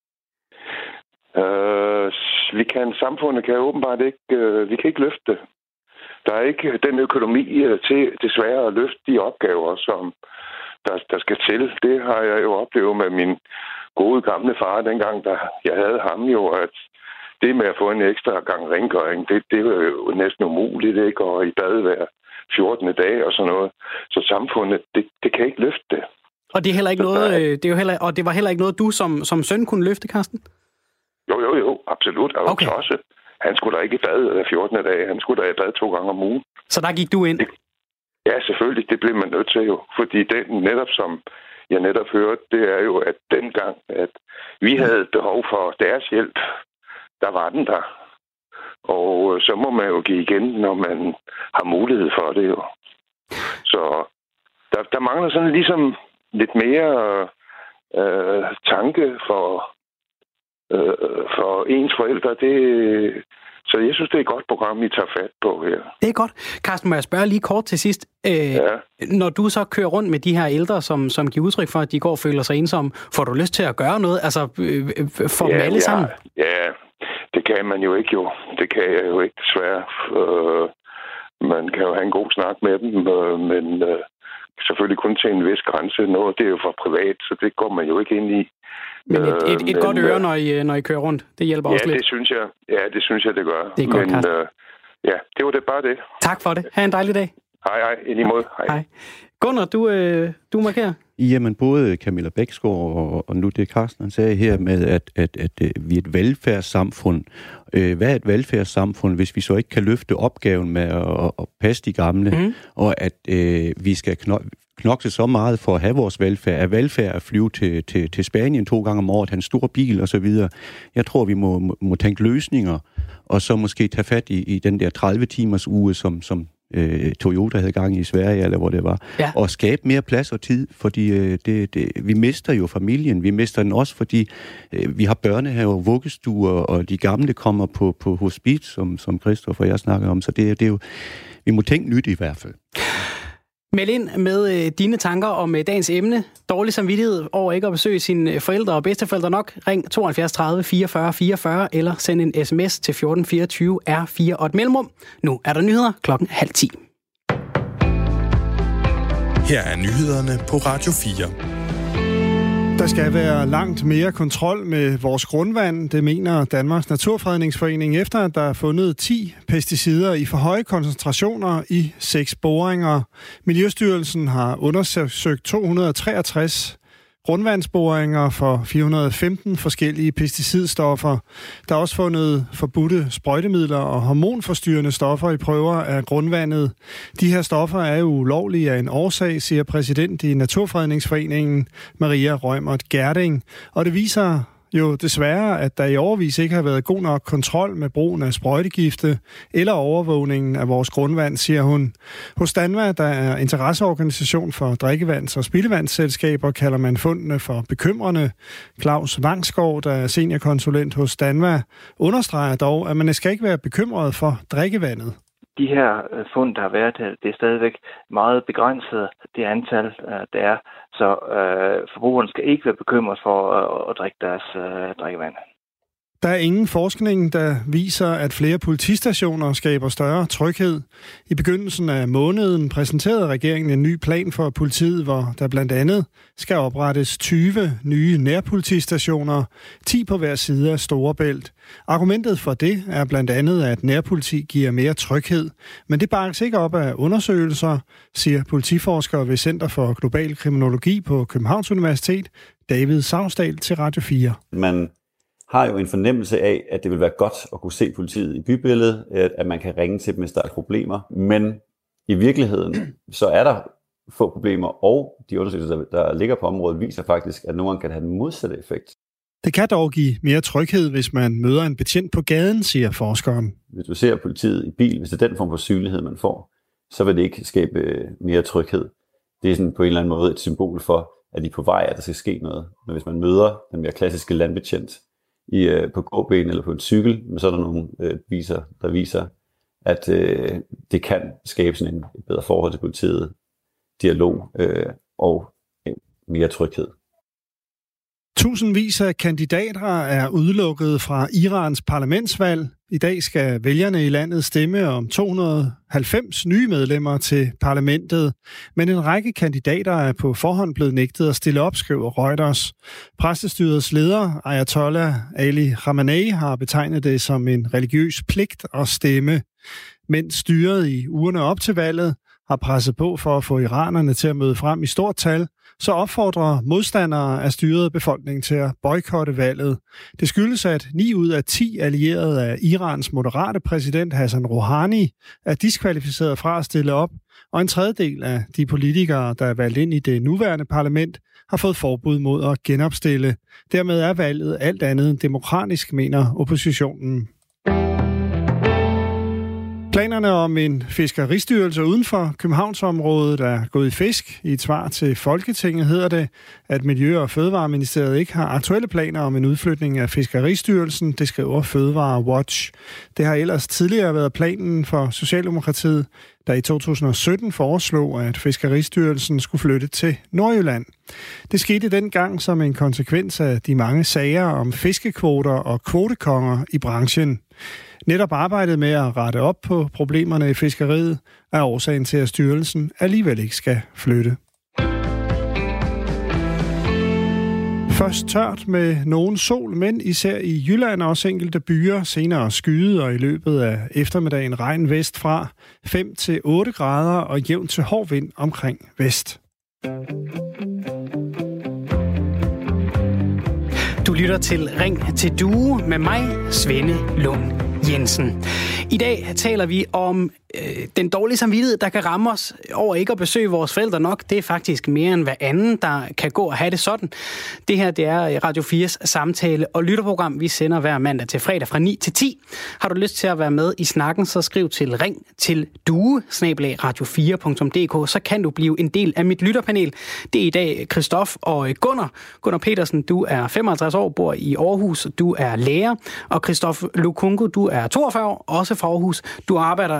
Øh, vi kan, samfundet kan åbenbart ikke, øh, vi kan ikke løfte det. Der er ikke den økonomi til desværre at løfte de opgaver, som der, der skal til. Det har jeg jo oplevet med min gode gamle far, dengang der jeg havde ham jo, at det med at få en ekstra gang rengøring, det, det var jo næsten umuligt, ikke? Og i bad hver fjortende dag og sådan noget. Så samfundet, det, det kan ikke løfte det. Og det er heller ikke noget, det er jo heller, og det var heller ikke noget, du som, som søn kunne løfte, Carsten? Jo, jo, jo, absolut. Og okay. Også, han skulle da ikke i bad hver fjortende dag. Han skulle da i bad to gange om ugen. Så der gik du ind? Det, ja, selvfølgelig. Det blev man nødt til jo. Fordi det netop, som jeg netop hørte, det er jo, at dengang, at vi havde behov for deres hjælp, der var den der. Og så må man jo give igen, når man har mulighed for det jo. Så der, der mangler sådan ligesom lidt mere øh, tanke for, øh, for ens forældre. Det, så jeg synes, det er et godt program, I tager fat på her. Det er godt. Carsten, må jeg spørge lige kort til sidst. Øh, ja. Når du så kører rundt med de her ældre, som, som giver udtryk for, at de går og føler sig ensomme, får du lyst til at gøre noget? Altså, øh, for ja, dem alle ja, sammen? Ja, det kan man jo ikke jo. Det kan jeg jo ikke desværre. Øh, man kan jo have en god snak med dem, øh, men øh, selvfølgelig kun til en vis grænse. Noget, det er jo for privat, så det går man jo ikke ind i. Men et, et, et men, godt øre, når I, når I kører rundt, det hjælper ja, også lidt. Det synes jeg, ja, det synes jeg, det gør. Det er godt, men, øh, ja, det var det bare det. Tak for det. Ha' en dejlig dag. Hej, hej. I lige måde. Hej. Hej. Gunnar, du, øh, du markerer. Jamen, både Camilla Bæksgaard og, og nu det Carsten sagde her med, at, at, at, at vi er et velfærdssamfund. Øh, hvad er et velfærdssamfund, hvis vi så ikke kan løfte opgaven med at, at passe de gamle, mm. og at øh, vi skal knokle knokle så meget for at have vores velfærd. Er velfærd at flyve til, til, til Spanien to gange om året, have en stor bil og så videre. Jeg tror, vi må, må, må tænke løsninger, og så måske tage fat i, i den der tredive timers uge, som, som øh, Toyota havde gang i Sverige, eller hvor det var. Ja. Og skabe mere plads og tid, fordi øh, det, det, vi mister jo familien. Vi mister den også, fordi øh, vi har børnehaver, vuggestuer, og de gamle kommer på, på hospice, som, som Christoffer og jeg snakker om. Så det, det er jo, vi må tænke nyt i hvert fald. Meld ind med øh, dine tanker om øh, dagens emne. Dårlig samvittighed over ikke at besøge sine forældre og bedsteforældre nok. Ring tooghalvfjerds tredive fireogfyrre fireogfyrre eller send en sms til fjorten fireogtyve R fire og et mellemrum. Nu er der nyheder klokken halv ti. Her er nyhederne på Radio fire. Der skal være langt mere kontrol med vores grundvand, det mener Danmarks Naturfredningsforening, efter at der er fundet ti pesticider i for høje koncentrationer i seks boringer. Miljøstyrelsen har undersøgt to hundrede og treogtres grundvandsboringer for fire hundrede og femten forskellige pesticidstoffer. Der er også fundet forbudte sprøjtemidler og hormonforstyrrende stoffer i prøver af grundvandet. De her stoffer er jo ulovlige af en årsag, siger præsident i Naturfredningsforeningen, Maria Rømert Gerding. Og det viser jo desværre, at der i årevis ikke har været god nok kontrol med brugen af sprøjtegifte eller overvågningen af vores grundvand, siger hun. Hos Danva, der er interesseorganisation for drikkevands- og spildevandsselskaber, kalder man fundene for bekymrende. Claus Vangsgaard, der er seniorkonsulent hos Danva, understreger dog, at man skal ikke være bekymret for drikkevandet. De her fund, der har været her, det er stadigvæk meget begrænset, det antal, der er. Så øh, forbrugerne skal ikke være bekymret for at, at drikke deres øh, drikkevand. Der er ingen forskning, der viser, at flere politistationer skaber større tryghed. I begyndelsen af måneden præsenterede regeringen en ny plan for politiet, hvor der blandt andet skal oprettes tyve nye nærpolitistationer, ti på hver side af Storebælt. Argumentet for det er blandt andet, at nærpoliti giver mere tryghed, men det bakkes ikke op af undersøgelser, siger politiforsker ved Center for Global Kriminologi på Københavns Universitet, David Sausdal til Radio fire. Man har jo en fornemmelse af, at det vil være godt at kunne se politiet i bybilledet, at man kan ringe til dem, hvis der er problemer. Men i virkeligheden, så er der få problemer, og de undersøgelser, der ligger på området, viser faktisk, at nogle kan have den modsatte effekt. Det kan dog give mere tryghed, hvis man møder en betjent på gaden, siger forskeren. Hvis du ser politiet i bil, hvis det er den form for synlighed, man får, så vil det ikke skabe mere tryghed. Det er sådan på en eller anden måde et symbol for, at de er på vej, at der skal ske noget. Men hvis man møder den mere klassiske landbetjent, I, øh, på gåben eller på en cykel, men så er der nogle øh, viser, der viser, at øh, det kan skabe sådan en bedre forhold til politiet, dialog øh, og øh, mere tryghed. Tusindvis af kandidater er udelukket fra Irans parlamentsvalg. I dag skal vælgerne i landet stemme om to hundrede og halvfems nye medlemmer til parlamentet. Men en række kandidater er på forhånd blevet nægtet at stille op, skriver Reuters. Præstestyrets leder, Ayatollah Ali Khamenei, har betegnet det som en religiøs pligt at stemme. Mens styret i ugerne op til valget har presset på for at få iranerne til at møde frem i stort tal, så opfordrer modstandere af styret befolkningen til at boykotte valget. Det skyldes, at ni ud af ti allierede af Irans moderate præsident Hassan Rouhani er diskvalificeret fra at stille op, og en tredjedel af de politikere, der er valgt ind i det nuværende parlament, har fået forbud mod at genopstille. Dermed er valget alt andet end demokratisk, mener oppositionen. Planerne om en fiskeristyrelse uden for Københavnsområdet er gået i fisk. I et svar til Folketinget hedder det, at Miljø- og Fødevareministeriet ikke har aktuelle planer om en udflytning af Fiskeristyrelsen. Det skriver Fødevare Watch. Det har ellers tidligere været planen for Socialdemokratiet, der i to tusind og sytten foreslog, at Fiskeristyrelsen skulle flytte til Nordjylland. Det skete dengang som en konsekvens af de mange sager om fiskekvoter og kvotekonger i branchen. Netop arbejdet med at rette op på problemerne i fiskeriet er årsagen til, at styrelsen alligevel ikke skal flytte. Først tørt med nogen sol, men især i Jylland og også enkelte byer, senere skyde og i løbet af eftermiddagen regn vestfra, fem til otte grader og jævn til hård vind omkring vest. Du lytter til Ring til Due med mig, Svenne Lund Jensen. I dag taler vi om øh, den dårlige samvittighed, der kan ramme os over ikke at besøge vores forældre nok. Det er faktisk mere end hver anden, der kan gå og have det sådan. Det her, det er Radio fires samtale- og lytterprogram. Vi sender hver mandag til fredag fra ni til ti. Har du lyst til at være med i snakken, så skriv til ring til due snabel-a radio fire punktum d k, så kan du blive en del af mit lytterpanel. Det er i dag Christoph og Gunnar. Gunnar Petersen, du er femoghalvtreds år, bor i Aarhus, du er lærer. Og Christoph Lukungu, du er toogfyrre år, også fra Aarhus. Du arbejder øh,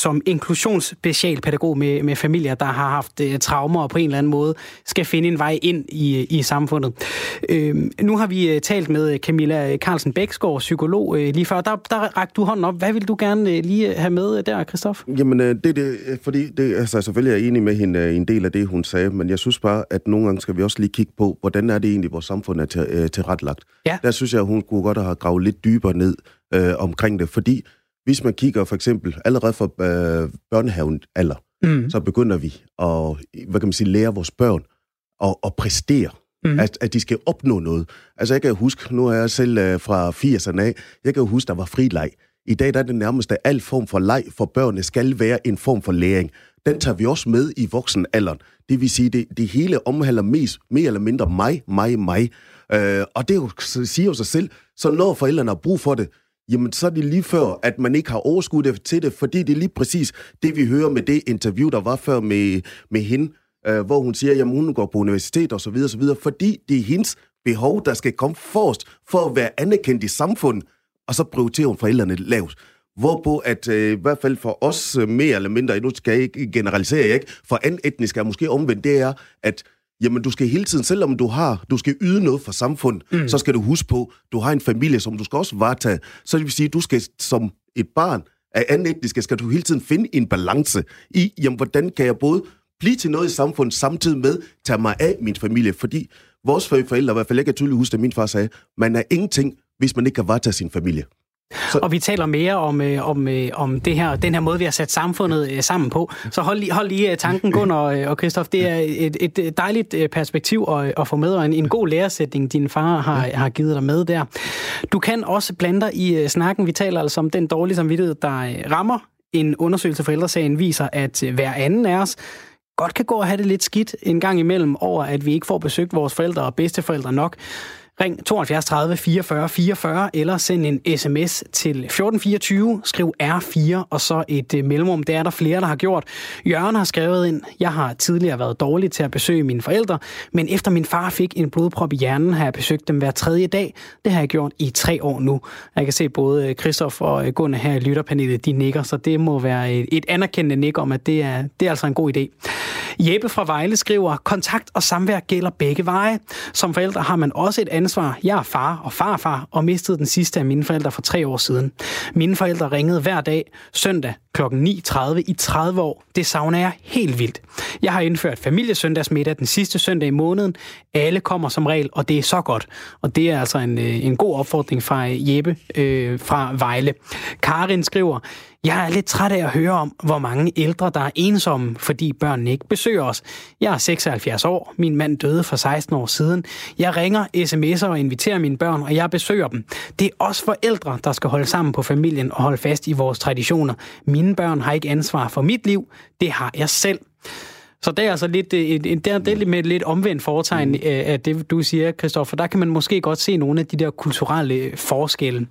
som inklusionsspecialpædagog med, med familier, der har haft uh, traumer og på en eller anden måde skal finde en vej ind i, i samfundet. Uh, nu har vi uh, talt med Camilla Carlsen Bæksgaard, psykolog, uh, lige før. Der, der rakte du hånden op. Hvad vil du gerne uh, lige have med der, Christoph? Jamen, uh, det er det, fordi det, altså, selvfølgelig er jeg enig med hende i en del af det, hun sagde, men jeg synes bare, at nogle gange skal vi også lige kigge på, hvordan er det egentlig, vores samfund er til, uh, tilrettelagt. Ja. Der synes jeg, at hun kunne godt have gravet lidt dybere ned uh, omkring det, fordi hvis man kigger for eksempel allerede fra uh, børnehaven alder, mm. så begynder vi at, hvad kan man sige, lære vores børn at, at præstere. Mm. At, at de skal opnå noget. Altså jeg kan huske, nu er jeg selv uh, fra firserne af, jeg kan huske, der var fri leg. I dag der er det nærmest, at al form for leg for børnene skal være en form for læring. Den tager vi også med i voksenalderen. Det vil sige, det, det hele omhandler mest, mere eller mindre mig, mig, mig. Uh, og det jo, siger jo sig selv, så når forældrene har brug for det, jamen så er det lige før, at man ikke har overskud til det, fordi det er lige præcis det, vi hører med det interview, der var før med, med hende, øh, hvor hun siger, at hun går på universitet og så videre, så videre, fordi det er hendes behov, der skal komme forrest for at være anerkendt i samfundet, og så prioriterer hun forældrene lavt. Hvorpå at øh, i hvert fald for os øh, mere eller mindre, nu skal jeg ikke generalisere, ikke, for anden etnisk er måske omvendt, det er, at jamen, du skal hele tiden, selvom du har, du skal yde noget for samfundet, mm. så skal du huske på, du har en familie, som du skal også varetage. Så det vil sige, du skal som et barn af anden etniske, skal du hele tiden finde en balance i, jamen, hvordan kan jeg både blive til noget i samfundet, samtidig med tage mig af min familie, fordi vores forældre, i hvert fald jeg kan tydeligt huske, at min far sagde, man er ingenting, hvis man ikke kan varetage sin familie. Så... Og vi taler mere om, øh, om, øh, om det her, den her måde, vi har sat samfundet øh, sammen på. Så hold lige, hold lige tanken, Gunnar og, og Christoph. Det er et, et dejligt perspektiv at, at få med, og en, en god læresætning, din far har, har givet dig med der. Du kan også blande dig i uh, snakken. Vi taler altså om den dårlige samvittighed, der uh, rammer. En undersøgelse for Ældresagen viser, at uh, hver anden af os godt kan gå og have det lidt skidt en gang imellem over, at vi ikke får besøgt vores forældre og bedsteforældre nok. Ring tooghalvfjerds tredive fireogfyrre fireogfyrre eller send en sms til fjorten fireogtyve, skriv R fire og så et uh, mellemrum. Det er der flere, der har gjort. Jørgen har skrevet ind, jeg har tidligere været dårlig til at besøge mine forældre, men efter min far fik en blodprop i hjernen, har jeg besøgt dem hver tredje dag. Det har jeg gjort i tre år nu. Jeg kan se både Christoph og Gunnar her i lytterpanelet, de nikker, så det må være et, et anerkendende nik om, at det er, det er altså en god idé. Jeppe fra Vejle skriver, kontakt og samvær gælder begge veje. Som forældre har man også et ansvar. Jeg er far og farfar og mistede den sidste af mine forældre for tre år siden. Mine forældre ringede hver dag søndag klokken ni tredive i tredive år. Det savner jeg helt vildt. Jeg har indført familiesøndagsmiddag den sidste søndag i måneden. Alle kommer som regel, og det er så godt. Og det er altså en, en god opfordring fra Jeppe øh, fra Vejle. Karin skriver, jeg er lidt træt af at høre om, hvor mange ældre, der er ensomme, fordi børnene ikke besøger os. Jeg er seksoghalvfjerds år. Min mand døde for seksten år siden. Jeg ringer, sms'er og inviterer mine børn, og jeg besøger dem. Det er os forældre, der skal holde sammen på familien og holde fast i vores traditioner. Mine børn har ikke ansvar for mit liv. Det har jeg selv. Så det er altså lidt, et, et, det er med et lidt omvendt foretegn af det, du siger, Christoffer. Der kan man måske godt se nogle af de der kulturelle forskelle.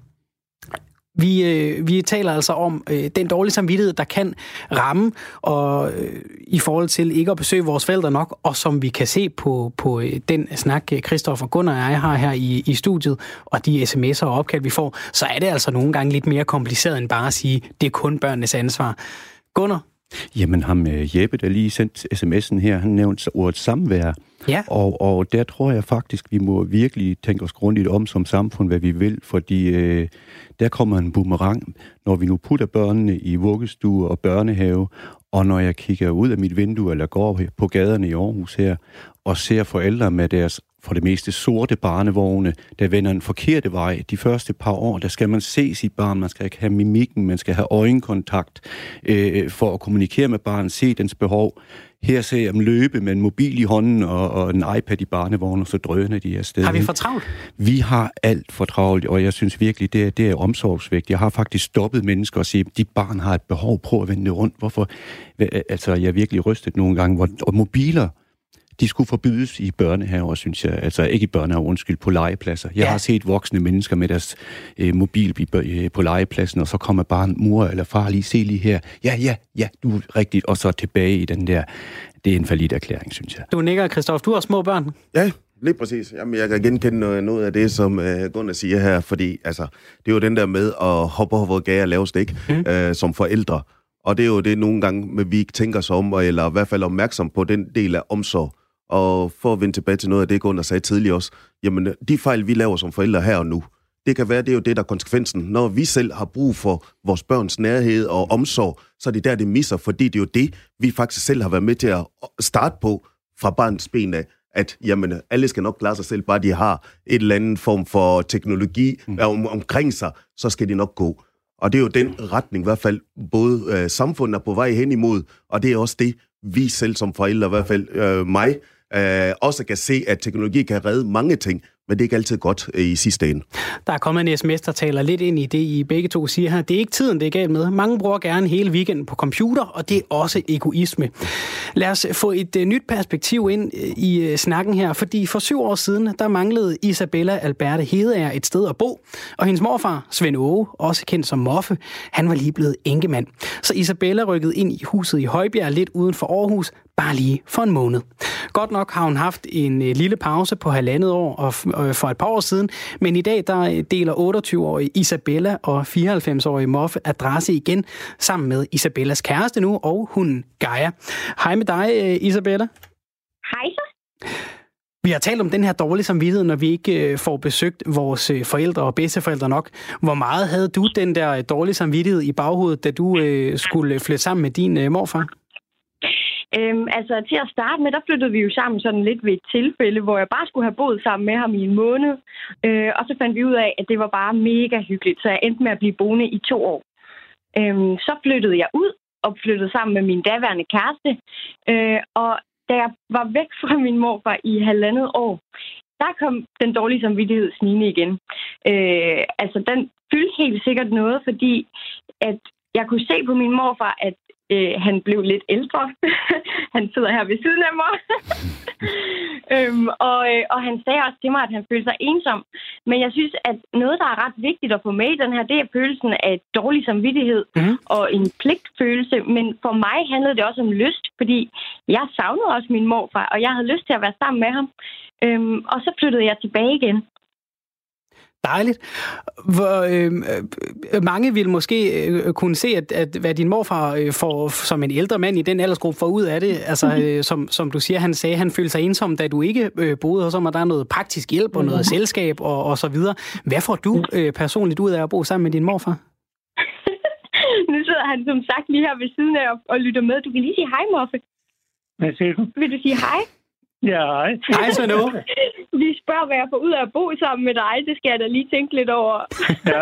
Vi, øh, vi taler altså om øh, den dårlige samvittighed, der kan ramme, og øh, i forhold til ikke at besøge vores forældre nok, og som vi kan se på, på øh, den snak, Christopher, Gunnar og jeg har her i, i studiet, og de sms'er og opkald, vi får, så er det altså nogle gange lidt mere kompliceret end bare at sige, det er kun børnenes ansvar. Gunnar? Jamen ham Jeppe, der lige sendt sms'en her, han nævnte ordet samvær. Ja. Og, og der tror jeg faktisk, vi må virkelig tænke os grundigt om som samfund, hvad vi vil, fordi øh, der kommer en boomerang, når vi nu putter børnene i vuggestue og børnehave, og når jeg kigger ud af mit vindue eller går på gaderne i Aarhus her, og ser forældre med deres for det meste sorte barnevogne, der vender en forkerte vej. De første par år, der skal man se sit barn, man skal have mimikken, man skal have øjenkontakt øh, for at kommunikere med barnet, se dens behov. Her ser jeg dem løbe med en mobil i hånden og, og en iPad i barnevognen, og så drøner de afsted. Har vi for travlt? Vi har alt for travlt, og jeg synes virkelig, det er, det er omsorgsvægt. Jeg har faktisk stoppet mennesker og sige, at dit barn har et behov, prøv at vende det rundt. Hvorfor? Altså, jeg er virkelig rystet nogle gange, hvor, og mobiler, de skulle forbydes i børnehaver, synes jeg. Altså ikke i børnehaver, undskyld, på legepladser. Jeg ja. har set voksne mennesker med deres øh, mobil øh, på legepladsen, og så kommer bare mor eller far lige, se lige her. Ja, ja, ja, du er rigtigt. Og så tilbage i den der, det er en fallit erklæring, synes jeg. Du nikker, Christoph. Du har små børn. Ja, lige præcis. Jamen, jeg kan genkende noget, noget af det, som uh, Gunnar siger her, fordi altså, det er jo den der med at hoppe over gære og lave stik mm. uh, som forældre. Og det er jo det nogle gange, at vi ikke tænker sig om, eller i hvert fald opmærksom på den del af omsorg. Og for at vende tilbage til noget af det, Gunnar sagde tidligere også, jamen de fejl, vi laver som forældre her og nu, det kan være, det er jo det, der er konsekvensen. Når vi selv har brug for vores børns nærhed og omsorg, så er det der, det misser, fordi det er jo det, vi faktisk selv har været med til at starte på fra barnets ben af, at jamen, alle skal nok klare sig selv, bare de har et eller andet form for teknologi mm. om, omkring sig, så skal de nok gå. Og det er jo den retning, i hvert fald både øh, samfundet er på vej hen imod, og det er også det, vi selv som forældre, i hvert fald øh, mig, øh, også kan se, at teknologi kan redde mange ting, men det er ikke altid godt øh, i sidste ende. Der er kommet en sms, der taler lidt ind i det, I begge to siger her. Det er ikke tiden, det er galt med. Mange bruger gerne hele weekenden på computer, og det er også egoisme. Lad os få et uh, nyt perspektiv ind i uh, snakken her, fordi for syv år siden, der manglede Isabella Alberte Hedeager et sted at bo, og hendes morfar, Svend Åge, også kendt som Moffe, han var lige blevet enkemand. Så Isabella rykkede ind i huset i Højbjerg, lidt uden for Aarhus, bare lige for en måned. Godt nok har hun haft en uh, lille pause på halvandet år og for et par år siden, men i dag der deler otteogtyve-årige Isabella og fireoghalvfems-årige Moffe adresse igen, sammen med Isabellas kæreste nu og hunden Gaia. Hej med dig, Isabella. Hej så. Vi har talt om den her dårlige samvittighed, når vi ikke får besøgt vores forældre og bedsteforældre nok. Hvor meget havde du den der dårlige samvittighed i baghovedet, da du skulle flytte sammen med din morfar? Øhm, altså til at starte med, der flyttede vi jo sammen sådan lidt ved et tilfælde, hvor jeg bare skulle have boet sammen med ham i en måned. Øh, og så fandt vi ud af, at det var bare mega hyggeligt, så jeg endte med at blive boende i to år. Øhm, så flyttede jeg ud og flyttede sammen med min daværende kæreste. Øh, og da jeg var væk fra min morfar i halvandet år, der kom den dårlige samvittighed snigende igen. Øh, altså den fyldte helt sikkert noget, fordi at jeg kunne se på min morfar, at Øh, han blev lidt ældre. Han sidder her ved siden af mig. øhm, og, øh, og han sagde også til mig, at han følte sig ensom. Men jeg synes, at noget, der er ret vigtigt at få med i den her, det er følelsen af dårlig samvittighed mm. og en pligtfølelse. Men for mig handlede det også om lyst, fordi jeg savnede også min morfar, og jeg havde lyst til at være sammen med ham. Øhm, og så flyttede jeg tilbage igen. Dejligt. Hvor, øh, mange vil måske øh, kunne se, at, at hvad din morfar øh, får som en ældre mand i den aldersgruppe får ud af det. Altså, øh, som, som du siger, han sagde, han følte sig ensom, da du ikke øh, boede hos ham, og der er noget praktisk hjælp og noget mm. selskab og, og så videre. Hvad får du øh, personligt ud af at bo sammen med din morfar? Nu sidder han som sagt lige her ved siden af og, og lytter med. Du kan lige sige hej, Moffe. Hvad siger du? Vil du sige hej? Ja, hej. Hej, Svend Åge. Vi spørger, hvad jeg får ud af at bo sammen med dig. Det skal jeg da lige tænke lidt over. Ja.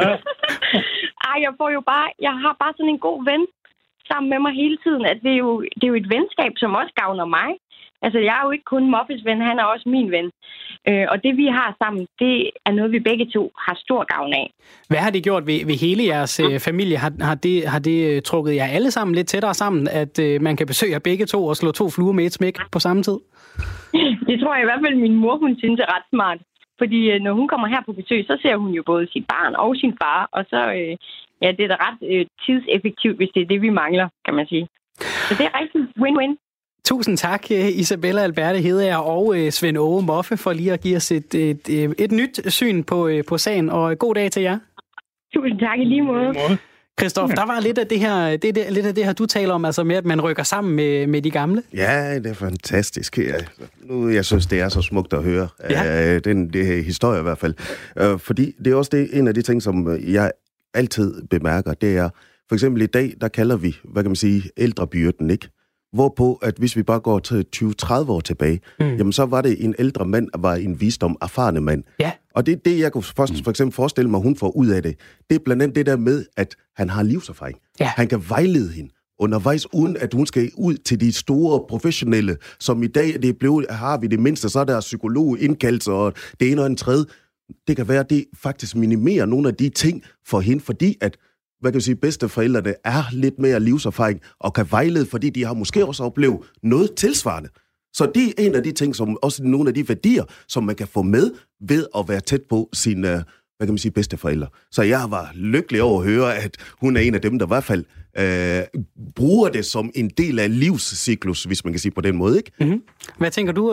Ej, jeg får jo bare... Jeg har bare sådan en god ven sammen med mig hele tiden. At det, er jo, det er jo et venskab, som også gavner mig. Altså, jeg er jo ikke kun Moffes ven, han er også min ven. Øh, og det, vi har sammen, det er noget, vi begge to har stor gavn af. Hvad har det gjort ved, ved hele jeres øh, familie? Har, har, det, har det trukket jer alle sammen lidt tættere sammen, at øh, man kan besøge jer begge to og slå to fluer med et smæk på samme tid? Det tror jeg i hvert fald, min mor, hun synes er ret smart. Fordi øh, når hun kommer her på besøg, så ser hun jo både sit barn og sin far. Og så øh, ja, det er da ret øh, tidseffektivt, hvis det er det, vi mangler, kan man sige. Så det er rigtig win-win. Tusind tak, Isabella Alberte Hedeager og øh, Svend Åge Moffe, for lige at give os et, et, et, et nyt syn på, øh, på sagen. Og god dag til jer. Tusind tak i lige måde. Christoph, der var lidt af det her, det, det, lidt af det her, du taler om, altså med, at man rykker sammen med, med de gamle. Ja, det er fantastisk. Jeg, nu, jeg synes, det er så smukt at høre. Ja. Uh, den det her historie i hvert fald. Uh, fordi det er også det, en af de ting, som jeg altid bemærker, det er, for eksempel i dag, der kalder vi, hvad kan man sige, ældrebyrden, ikke? Hvorpå, at hvis vi bare går til tyve til tredive år tilbage, mm. jamen så var det en ældre mand, der var en visdom, erfarne mand. Ja. Og det er det, jeg kunne for, for eksempel forestille mig, hun får ud af det. Det er blandt andet det der med, at han har livserfaring. Ja. Han kan vejlede hende undervejs, uden at hun skal ud til de store professionelle, som i dag det er blevet, har vi det mindste, så er der psykolog, indkaldelse og det ene og en tredje. Det kan være, at det faktisk minimerer nogle af de ting for hende, fordi at hvad kan jeg sige, bedsteforældrene er lidt mere livserfaring og kan vejlede, fordi de har måske også oplevet noget tilsvarende. Så det er en af de ting, som også nogle af de værdier, som man kan få med ved at være tæt på sine, hvad kan man sige, bedsteforældre. Så jeg var lykkelig over at høre, at hun er en af dem, der i hvert fald øh, bruger det som en del af livscyklus, hvis man kan sige på den måde, ikke? Mm-hmm. Hvad tænker du, Gunnar?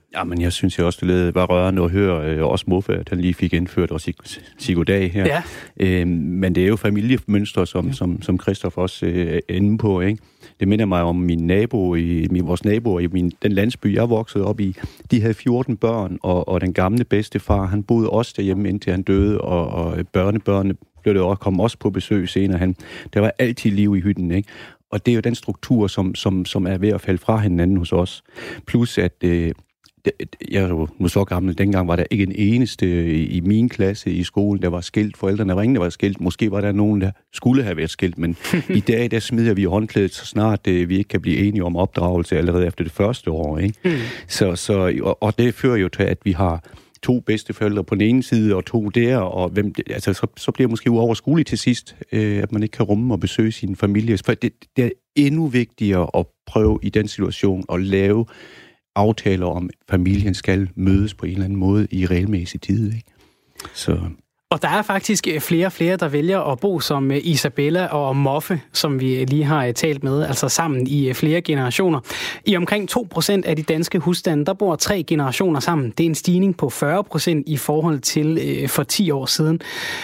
Jamen, jeg synes jeg også, det var rørende at høre øh, også morfar, at han lige fik indført også psykodag her. Ja. Øh, men det er jo familiemønstre, som, som, som Christoph også øh, er inde på, ikke? Det minder mig om min nabo, i, min, vores naboer i min, den landsby, jeg voksede op i. De havde fjorten børn, og, og den gamle bedstefar, han boede også derhjemme, indtil han døde, og, og børnebørnene blev det også, kom også på besøg senere. Han, der var altid liv i hytten, ikke? Og det er jo den struktur, som, som, som er ved at falde fra hinanden hos os. Plus at... Øh, jeg er jo nu så gammel, dengang var der ikke en eneste i min klasse i skolen, der var skilt. Forældrene var ingen, der var skilt. Måske var der nogen, der skulle have været skilt, men i dag, der smider vi håndklædet, så snart uh, vi ikke kan blive enige om opdragelse allerede efter det første år. Ikke? Mm. Så, så, og, og det fører jo til, at vi har to bedsteforældre på den ene side, og to der, og hvem, altså, så, så bliver det måske uoverskueligt til sidst, øh, at man ikke kan rumme og besøge sin familie. For det, det er endnu vigtigere at prøve i den situation at lave aftaler om, at familien skal mødes på en eller anden måde i regelmæssig tid. Ikke? Så... Og der er faktisk flere og flere, der vælger at bo som Isabella og Moffe, som vi lige har talt med, altså sammen i flere generationer. I omkring to procent af de danske husstande, der bor tre generationer sammen. Det er en stigning på fyrre procent i forhold til for ti år siden.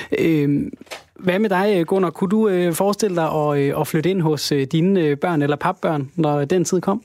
Hvad med dig, Gunnar? Kunne du forestille dig at, at flytte ind hos dine børn eller papbørn, når den tid kom?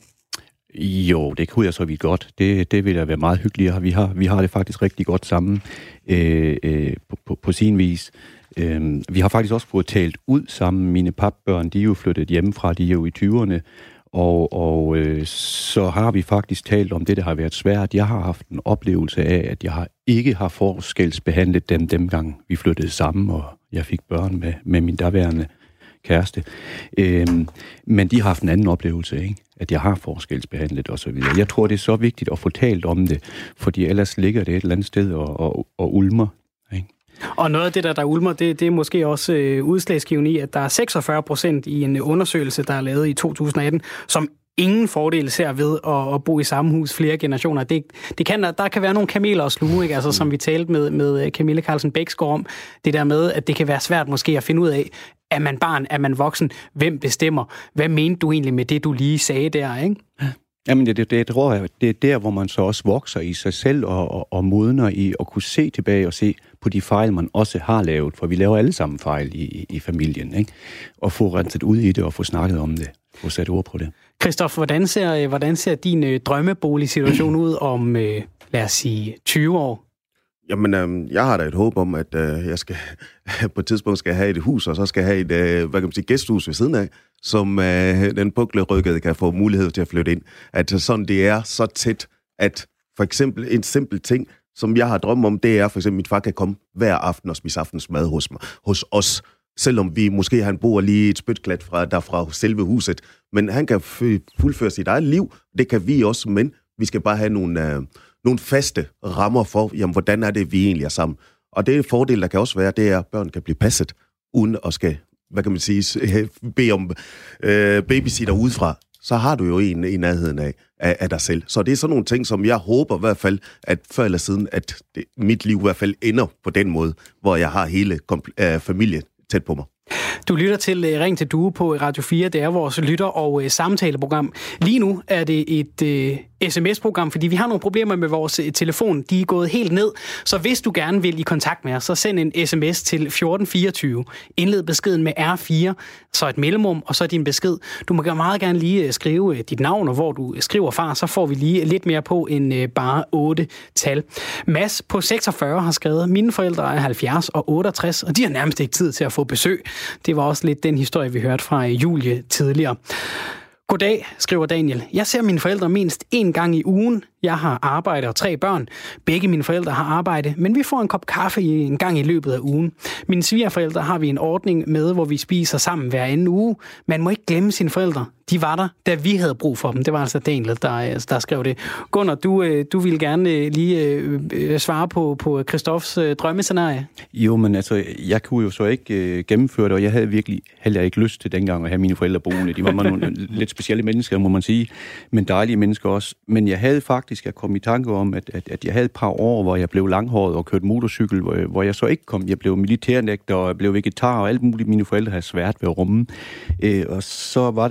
Jo, det kunne jeg så vidt godt. Det, det vil da være meget hyggeligt. Vi har, vi har det faktisk rigtig godt sammen øh, øh, på, på, på sin vis. Øh, vi har faktisk også fået talt ud sammen. Mine papbørn, de er jo flyttet hjemmefra, de er jo i tyverne. Og, og øh, så har vi faktisk talt om det, der har været svært. Jeg har haft en oplevelse af, at jeg har ikke har forskelsbehandlet dem, dem gang vi flyttede sammen, og jeg fik børn med, med min daværende kæreste. Øhm, men de har haft en anden oplevelse, ikke? At jeg har forskelsbehandlet og så videre. Jeg tror, det er så vigtigt at få talt om det, fordi ellers ligger det et eller andet sted og, og, og ulmer. Ikke? Og noget af det, der, der ulmer, det, det er måske også øh, udslagsgivende i, at der er seksogfyrre procent i en undersøgelse, der er lavet i to tusind atten, som ingen fordel ser ved at, at bo i samme hus flere generationer. Det, det kan, der kan være nogle kameler at sluge, ikke? Altså, som vi talte med, med Camilla Carlsen Bæksgaard om, det der med, at det kan være svært måske at finde ud af, er man barn, er man voksen, hvem bestemmer? Hvad mente du egentlig med det, du lige sagde der, ikke? Jamen, det, det, det tror jeg, det er der, hvor man så også vokser i sig selv og, og, og modner i at kunne se tilbage og se på de fejl, man også har lavet, for vi laver alle sammen fejl i, i, i familien, ikke? Og få renset ud i det og få snakket om det, få sat ord på det. Christoph, hvordan ser, hvordan ser din øh, drømmeboligsituation ud om, øh, lad os sige, tyve år? Jamen, øh, jeg har da et håb om, at øh, jeg skal på et tidspunkt skal have et hus, og så skal have et, øh, hvad kan man sige, gæsthus ved siden af, som øh, den puklerykkede kan få mulighed til at flytte ind. At sådan det er så tæt, at for eksempel en simpel ting, som jeg har drømt om, det er for eksempel, at min far kan komme hver aften og spise aftensmad hos, mig, hos os, selvom vi måske han bor lige et spytklat fra derfra selve huset. Men han kan fuldføre sit eget liv, det kan vi også, men vi skal bare have nogle, øh, nogle faste rammer for, jamen, hvordan er det, vi egentlig er sammen. Og det er en fordel, der kan også være, det er, at børn kan blive passet, uden at skal, hvad kan man sige, bede om øh, babysitter udefra. Så har du jo en i nærheden af, af, af dig selv. Så det er sådan nogle ting, som jeg håber i hvert fald, at før eller siden, at det, mit liv i hvert fald ender på den måde, hvor jeg har hele øh, familien tæt på mig. Du lytter til uh, Ring til Due på Radio fire. Det er vores lytter- og uh, samtaleprogram. Lige nu er det et uh, sms-program, fordi vi har nogle problemer med vores uh, telefon. De er gået helt ned. Så hvis du gerne vil i kontakt med os, så send en sms til fjorten fireogtyve. Indled beskeden med R fire, så et mellemrum, og så din besked. Du må meget gerne lige uh, skrive uh, dit navn, og hvor du uh, skriver fra, så får vi lige lidt mere på end uh, bare otte tal. Mads på seksogfyrre har skrevet, mine forældre er halvfjerds og otteogtres, og de har nærmest ikke tid til at få besøg. Det var også lidt den historie, vi hørte fra Julie tidligere. Goddag, skriver Daniel. Jeg ser mine forældre mindst én gang i ugen. Jeg har arbejde og tre børn. Begge mine forældre har arbejde, men vi får en kop kaffe en gang i løbet af ugen. Mine svigerforældre har vi en ordning med, hvor vi spiser sammen hver anden uge. Man må ikke glemme sine forældre. De var der, da vi havde brug for dem. Det var altså Daniel, der, der skrev det. Gunnar, du, du ville gerne lige øh, svare på, på Christophs øh, drømmescenarie. Jo, men altså, jeg kunne jo så ikke øh, gennemføre det, og jeg havde virkelig heller ikke lyst til dengang at have mine forældre boende. De var nogle lidt specielle mennesker, må man sige, men dejlige mennesker også. Men jeg havde faktisk, jeg kom i tanke om, at, at, at jeg havde et par år, hvor jeg blev langhåret og kørte motorcykel, hvor, hvor jeg så ikke kom. Jeg blev militærnægter, og jeg blev vegetar, og alt muligt mine forældre havde svært ved at rumme. Øh, og så var der nogle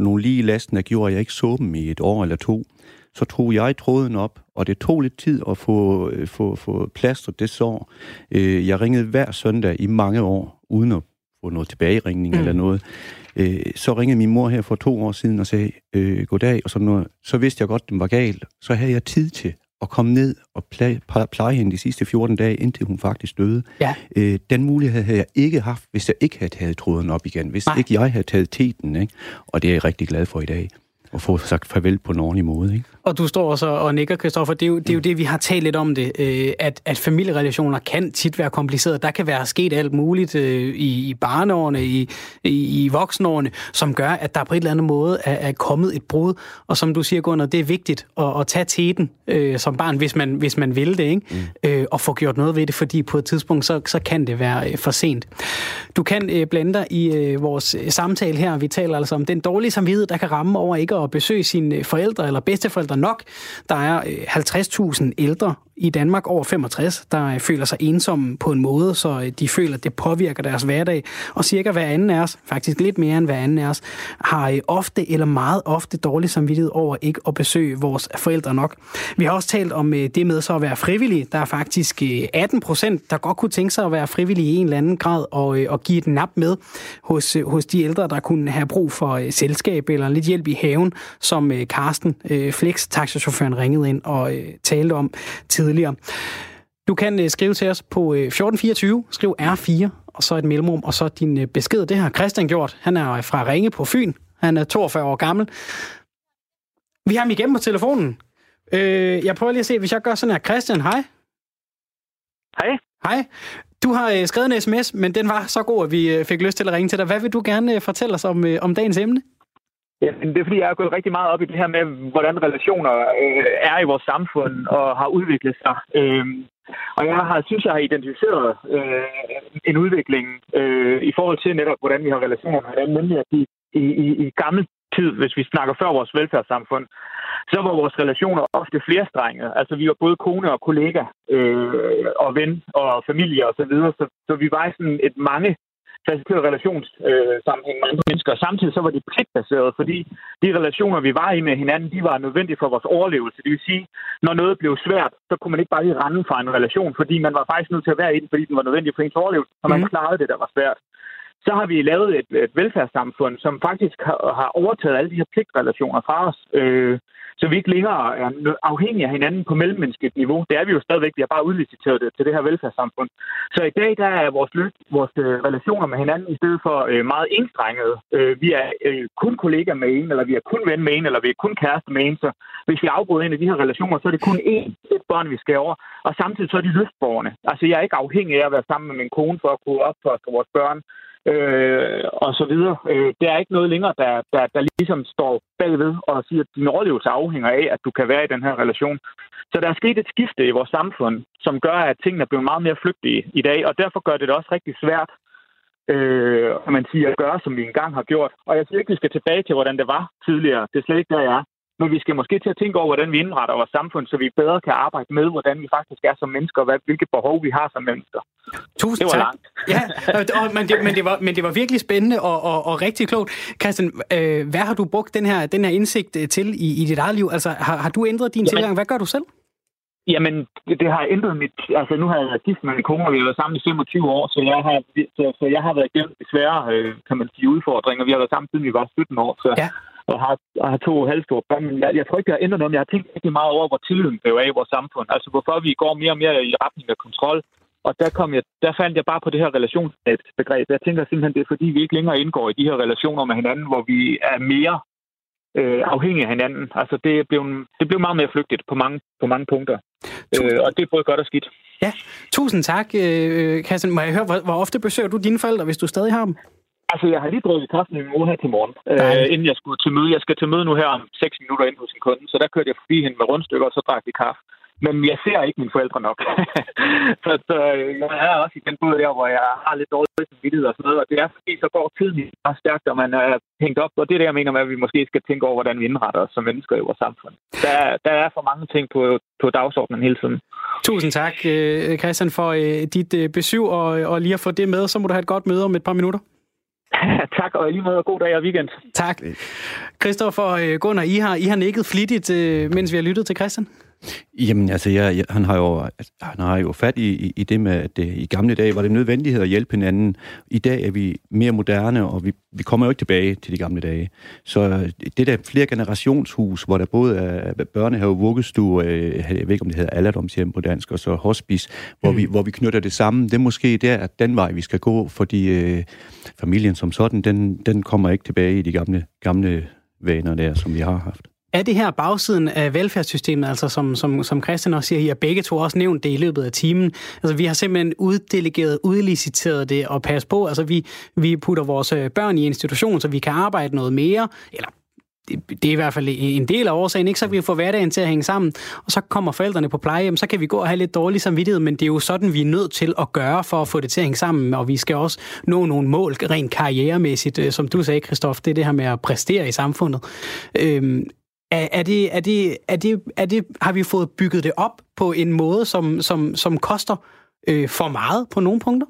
nogle lige lasten, der gjorde, at jeg ikke så dem i et år eller to. Så tog jeg tråden op, og det tog lidt tid at få, få, få plastret det sår. Øh, jeg ringede hver søndag i mange år, uden at få noget tilbageringning mm. eller noget. Øh, så ringede min mor her for to år siden og sagde, øh, goddag, og sådan noget. Så vidste jeg godt, at den var galt. Så havde jeg tid til at komme ned og pleje, pleje hende de sidste fjorten dage, indtil hun faktisk døde. Ja. Øh, den mulighed havde jeg ikke haft, hvis jeg ikke havde taget tråden op igen. Hvis Nej. ikke jeg havde taget teten, ikke? Og det er jeg rigtig glad for i dag. Og få sagt farvel på en ordentlig måde, ikke? Og du står også og nikker, Christoffer. Det er jo det, er jo det vi har talt lidt om det, at, at familierelationer kan tit være komplicerede. Der kan være sket alt muligt i, i barneårene, i, i, i voksenårene, som gør, at der på et eller andet måde er, er kommet et brud. Og som du siger, Gunnar, det er vigtigt at, at tage teten øh, som barn, hvis man, hvis man vil det, ikke? Mm. Øh, og få gjort noget ved det, fordi på et tidspunkt, så, så kan det være øh, for sent. Du kan øh, blande dig i øh, vores samtale her. Vi taler altså om den dårlige samvittighed, der kan ramme over ikke at besøge sine forældre eller bedsteforældre nok. Der er halvtreds tusind ældre i Danmark over femogtres, der føler sig ensomme på en måde, så de føler, at det påvirker deres hverdag. Og cirka hver anden af os, faktisk lidt mere end hver anden af os, har ofte eller meget ofte dårlig samvittighed over ikke at besøge vores forældre nok. Vi har også talt om det med så at være frivillig. Der er faktisk atten procent, der godt kunne tænke sig at være frivillige i en eller anden grad og, og give et nap med hos, hos de ældre, der kunne have brug for selskab eller lidt hjælp i haven, som Carsten Flex, taxachaufføren, ringede ind og talte om tidligere. Du kan skrive til os på fjorten fireogtyve, skriv R fire, og så et mellemrum, og så din besked. Det har Christian gjort. Han er fra Ringe på Fyn. Han er toogfyrre år gammel. Vi har ham igennem på telefonen. Jeg prøver lige at se, hvis jeg gør sådan her. Christian, hej. Hej. Hej. Du har skrevet en sms, men den var så god, at vi fik lyst til at ringe til dig. Hvad vil du gerne fortælle os om, om dagens emne? Ja, det er fordi, jeg har gået rigtig meget op i det her med, hvordan relationer øh, er i vores samfund og har udviklet sig. Øh, og jeg har, synes, jeg har identificeret øh, en udvikling øh, i forhold til netop, hvordan vi har relationer med hinanden. Nemlig at i, i, i gammel tid, hvis vi snakker før vores velfærdssamfund, så var vores relationer ofte flerstrengede. Altså vi var både kone og kollega øh, og ven og familie og så videre. Så, så vi var sådan et mange facetteret relationssammenhæng med andre mennesker. Og samtidig så var de pligtbaserede, fordi de relationer, vi var i med hinanden, de var nødvendige for vores overlevelse. Det vil sige, når noget blev svært, så kunne man ikke bare lige rende fra en relation, fordi man var faktisk nødt til at være i den, fordi den var nødvendig for ens overlevelse, og man mm. klarede det, der var svært. Så har vi lavet et, et velfærdssamfund, som faktisk har, har overtaget alle de her pligtrelationer fra os, øh, så vi ikke længere er afhængige af hinanden på mellemmenneskeligt niveau. Det er vi jo stadigvæk. Vi har bare udliciteret det til det her velfærdssamfund. Så i dag der er vores, vores øh, relationer med hinanden i stedet for øh, meget enstrengede. Øh, vi er øh, kun kollegaer med en, eller vi er kun ven med en, eller vi er kun kæreste med en. Så hvis vi afbryder en af de her relationer, så er det kun én, et barn, vi skal over. Og samtidig så er de lystborgerne. Altså jeg er ikke afhængig af at være sammen med min kone for at kunne opfostre vores børn. Øh, og så videre. Øh, det er ikke noget længere, der, der, der ligesom står bagved og siger, at din overlevelse afhænger af, at du kan være i den her relation. Så der er sket et skifte i vores samfund, som gør, at tingene er blevet meget mere flygtige i dag, og derfor gør det det også rigtig svært, øh, kan man sige, at gøre, som vi engang har gjort. Og jeg siger ikke, at vi skal tilbage til, hvordan det var tidligere. Det er slet ikke der, jeg er. Men vi skal måske til at tænke over, hvordan vi indretter vores samfund, så vi bedre kan arbejde med, hvordan vi faktisk er som mennesker, og hvilke behov vi har som mennesker. Tusind det var tak. Langt. Ja, men det, men, det var, men det var virkelig spændende og, og, og rigtig klogt. Christian, øh, hvad har du brugt den her, den her indsigt til i, i dit eget liv? Altså, har, har du ændret din Jamen, tilgang? Hvad gør du selv? Jamen, det, det har ændret mit... Altså, nu har jeg været gift med min kone, og vi har været sammen i femogtyve år, så jeg har, så, så jeg har været igennem svære, øh, kan man sige, udfordringer. Vi har været sammen, siden vi var sytten år, så... Ja. Og har, og har to halvstore børn. Men jeg, jeg tror ikke, det har ændret noget, men jeg har tænkt rigtig meget over, hvor tilliden blev af i vores samfund. Altså, hvorfor vi går mere og mere i retning af kontrol. Og der, kom jeg, der fandt jeg bare på det her relationsbegreb. Jeg tænker simpelthen, det er fordi, vi ikke længere indgår i de her relationer med hinanden, hvor vi er mere øh, afhængige af hinanden. Altså, det blev, det blev meget mere flygtigt på mange, på mange punkter. Øh, og det er både godt og skidt. Ja, tusind tak, øh, Christian. Må jeg høre, hvor, hvor ofte besøger du dine forældre, hvis du stadig har dem? Altså, jeg har lige drukket kaffe med min mor her til morgen, øh, inden jeg skulle til møde. Jeg skal til møde nu her om seks minutter ind hos en kunde, så der kørte jeg forbi hende med rundstykker, og så drak vi kaffe. Men jeg ser ikke mine forældre nok. så, så jeg er også i den båd der, hvor jeg har lidt dårlig samvittighed og sådan noget, og det er fordi, så går tiden meget stærkt, og man er hængt op, og det er det, jeg mener med, at vi måske skal tænke over, hvordan vi indretter os som mennesker i vores samfund. Der, der er for mange ting på, på dagsordenen hele tiden. Tusind tak, Christian, for dit besøg, og, og lige at få det med. Så må du have et godt møde om et par minutter. Tak, og i lige måde god dag og weekend. Tak. Christoffer og Gunnar, I har, I har nikket flittigt, mens vi har lyttet til Christian. Jamen, altså, jeg, jeg, han, har jo, han har jo fat i, i, i det med, at det, i gamle dage var det nødvendighed at hjælpe hinanden. I dag er vi mere moderne, og vi, vi kommer jo ikke tilbage til de gamle dage. Så det der flere generationshus, hvor der både er børnehave, vuggestue, jeg ved ikke, om det hedder alderdomshjem på dansk, og så hospice, hvor, mm. vi, hvor vi knytter det sammen. Det er måske der, at den vej, vi skal gå, fordi øh, familien som sådan, den, den kommer ikke tilbage i de gamle, gamle vaner der, som vi har haft. Er det her bagsiden af velfærdssystemet, altså som, som, som Christian også siger, I har begge to også nævnt det i løbet af timen. Altså vi har simpelthen uddelegeret, udliciteret det og passe på. Altså vi, vi putter vores børn i institution, så vi kan arbejde noget mere, eller det, det er i hvert fald en del af årsagen, ikke? Så vi får hverdagen til at hænge sammen, og så kommer forældrene på plejehjem, så kan vi gå og have lidt dårlig samvittighed, men det er jo sådan, vi er nødt til at gøre for at få det til at hænge sammen, og vi skal også nå nogle mål, rent karrieremæssigt, som du sagde, Christoph, det er det her med at præstere i samfundet. Øhm, Er det, er det, er det, er det, har vi fået bygget det op på en måde, som, som, som koster øh, for meget på nogle punkter?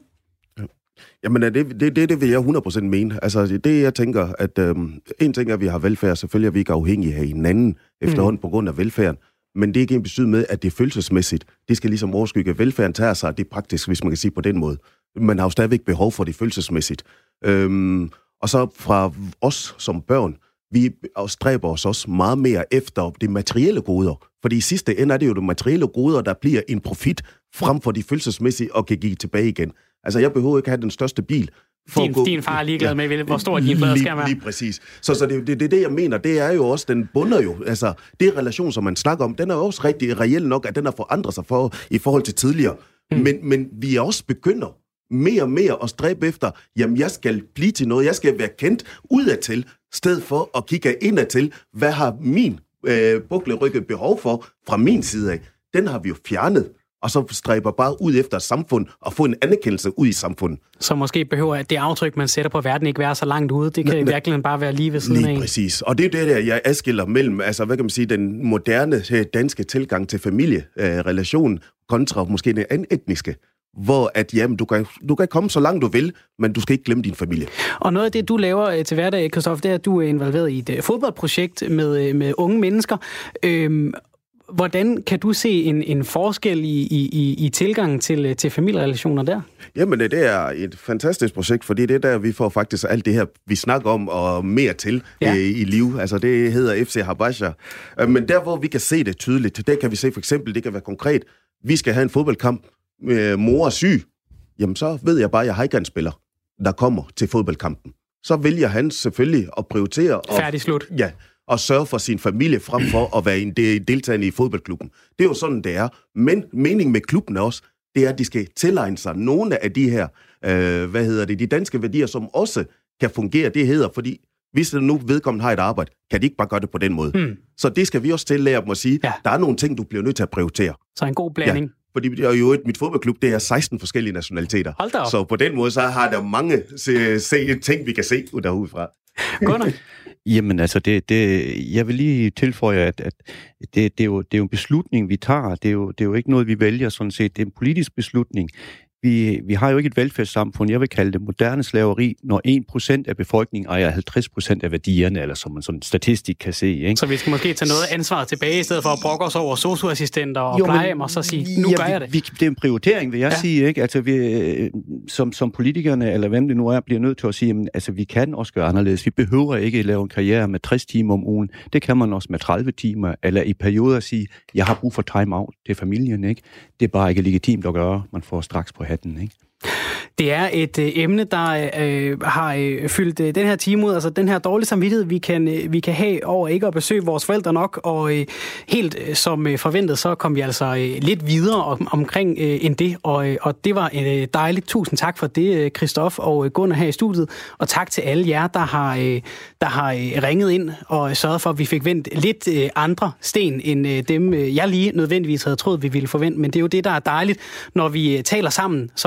Jamen, det, det, det, det vil jeg hundrede procent mene. Altså, det jeg tænker, at øh, en ting er, at vi har velfærd, selvfølgelig er vi ikke afhængige af hinanden efterhånden mm. på grund af velfærden, men det er ikke en betydning med, at det er følelsesmæssigt. Det skal ligesom overskygge. Velfærden tager sig, det er praktisk, hvis man kan sige på den måde. Man har jo stadigvæk behov for det følelsesmæssigt. Øhm, og så fra os som børn, vi stræber os også meget mere efter de materielle goder. Fordi i sidste ende er det jo de materielle goder, der bliver en profit frem for de følelsesmæssige og kan give tilbage igen. Altså, jeg behøver ikke have den største bil. For din, gå... din far er ligeglad med, ja, hvor stor din blad skal være. Lige præcis. Så, så det, det, det, det, jeg mener, det er jo også, den bunder jo. Altså, det relation, som man snakker om, den er jo også rigtig reelt nok, at den har forandret sig for, i forhold til tidligere. Mm. Men, men vi er også begynder mere og mere at stræbe efter, jamen, jeg skal blive til noget, jeg skal være kendt udadtil, sted for at kigge indadtil, hvad har min øh, buklerygget behov for fra min side af. Den har vi jo fjernet, og så stræber bare ud efter et samfund og få en anerkendelse ud i samfundet. Så måske behøver det aftryk, man sætter på verden, ikke være så langt ude. Det kan i virkeligheden bare være lige ved siden af. Lige præcis. Og det er det der, jeg adskiller mellem, altså hvad kan man sige, den moderne danske tilgang til familierelationen kontra måske den etniske. Hvor at, jamen, du kan, du kan komme så langt du vil, men du skal ikke glemme din familie. Og noget af det, du laver til hverdag, Christoph, det er, at du er involveret i et fodboldprojekt med, med unge mennesker. Øhm, hvordan kan du se en, en forskel i, i, i tilgangen til, til familierelationer der? Jamen, det er et fantastisk projekt, fordi det er der, vi får faktisk alt det her, vi snakker om, og mere til ja. i, i liv. Altså, det hedder F C Habasha. Men der, hvor vi kan se det tydeligt, der kan vi se for eksempel, det kan være konkret, vi skal have en fodboldkamp, mor er syg, jamen så ved jeg bare, at jeg har ikke en spiller, der kommer til fodboldkampen. Så vælger han selvfølgelig at prioritere og, færdig slut. Ja, og sørge for sin familie frem for at være en deltagende i fodboldklubben. Det er jo sådan, det er. Men meningen med klubben også, det er, at de skal tilegne sig nogle af de her, øh, hvad hedder det, de danske værdier, som også kan fungere. Det hedder, fordi hvis nu vedkommende har et arbejde, kan de ikke bare gøre det på den måde. Hmm. Så det skal vi også til at lære dem at sige, ja. Der er nogle ting, du bliver nødt til at prioritere. Så en god blanding. Ja. Fordi jo et, mit fodboldklub, det er seksten forskellige nationaliteter. Hold da op. Så på den måde, så har der mange se, se, ting, vi kan se derudfra. Gunnar? Jamen altså, det, det, jeg vil lige tilføje, at, at det, det, er jo, det er jo en beslutning, vi tager. Det er, jo, det er jo ikke noget, vi vælger sådan set. Det er en politisk beslutning. Vi, vi har jo ikke et velfærdssamfund, jeg vil kalde det moderne slaveri, når en procent af befolkningen ejer halvtreds procent af værdierne, eller som man sådan statistik kan se. Ikke? Så vi skal måske tage noget ansvar tilbage, i stedet for at brokke os over sosu-assistenter og jo, plejehjem, og så sige, nu ja, gør jeg det. Vi, det er en prioritering, vil jeg ja. sige. Ikke? Altså, vi, som, som politikerne, eller hvem det nu er, bliver nødt til at sige, jamen, altså, vi kan også gøre anderledes. Vi behøver ikke at lave en karriere med tres timer om ugen. Det kan man også med tredive timer, eller i perioder at sige, jeg har brug for time-out til familien. Ikke? Det er bare ikke legitimt at gøre. Man får straks på hatten, ikke? Det er et øh, emne, der øh, har øh, fyldt øh, den her time ud, altså den her dårlige samvittighed, vi kan, øh, vi kan have over ikke at besøge vores forældre nok, og øh, helt øh, som øh, forventet, så kom vi altså øh, lidt videre om, omkring øh, end det, og, øh, og det var øh, dejligt. Tusind tak for det, øh, Christoph og Gunnar her i studiet, og tak til alle jer, der har, øh, der har øh, ringet ind og sørget for, at vi fik vendt lidt øh, andre sten, end øh, dem, øh, jeg lige nødvendigvis havde troet, vi ville forvente, men det er jo det, der er dejligt, når vi øh, taler sammen, som vi gør her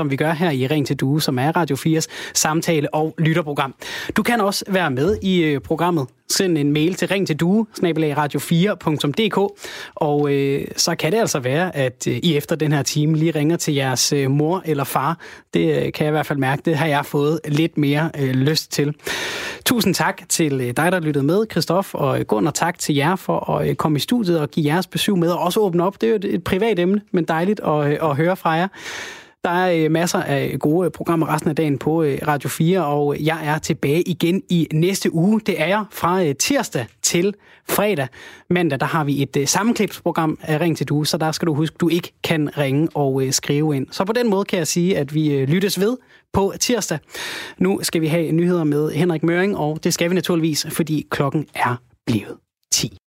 her i Ring til Due, som er Radio fires samtale- og lytterprogram. Du kan også være med i programmet. Send en mail til ring til due snabel-a radio fire punktum d k, og øh, så kan det altså være, at øh, I efter den her time lige ringer til jeres øh, mor eller far. Det øh, kan jeg i hvert fald mærke, det har jeg fået lidt mere øh, lyst til. Tusind tak til øh, dig, der lyttede med, Christoph, og Gunnar, tak til jer for at øh, komme i studiet og give jeres besøg med, og også åbne op. Det er jo et, et privat emne, men dejligt at, øh, at høre fra jer. Der er masser af gode programmer resten af dagen på Radio fire, og jeg er tilbage igen i næste uge. Det er jeg fra tirsdag til fredag. Mandag, der har vi et sammenklipsprogram af Ring til Due, så der skal du huske, du ikke kan ringe og skrive ind. Så på den måde kan jeg sige, at vi lyttes ved på tirsdag. Nu skal vi have nyheder med Henrik Møring, og det skal vi naturligvis, fordi klokken er blevet ti.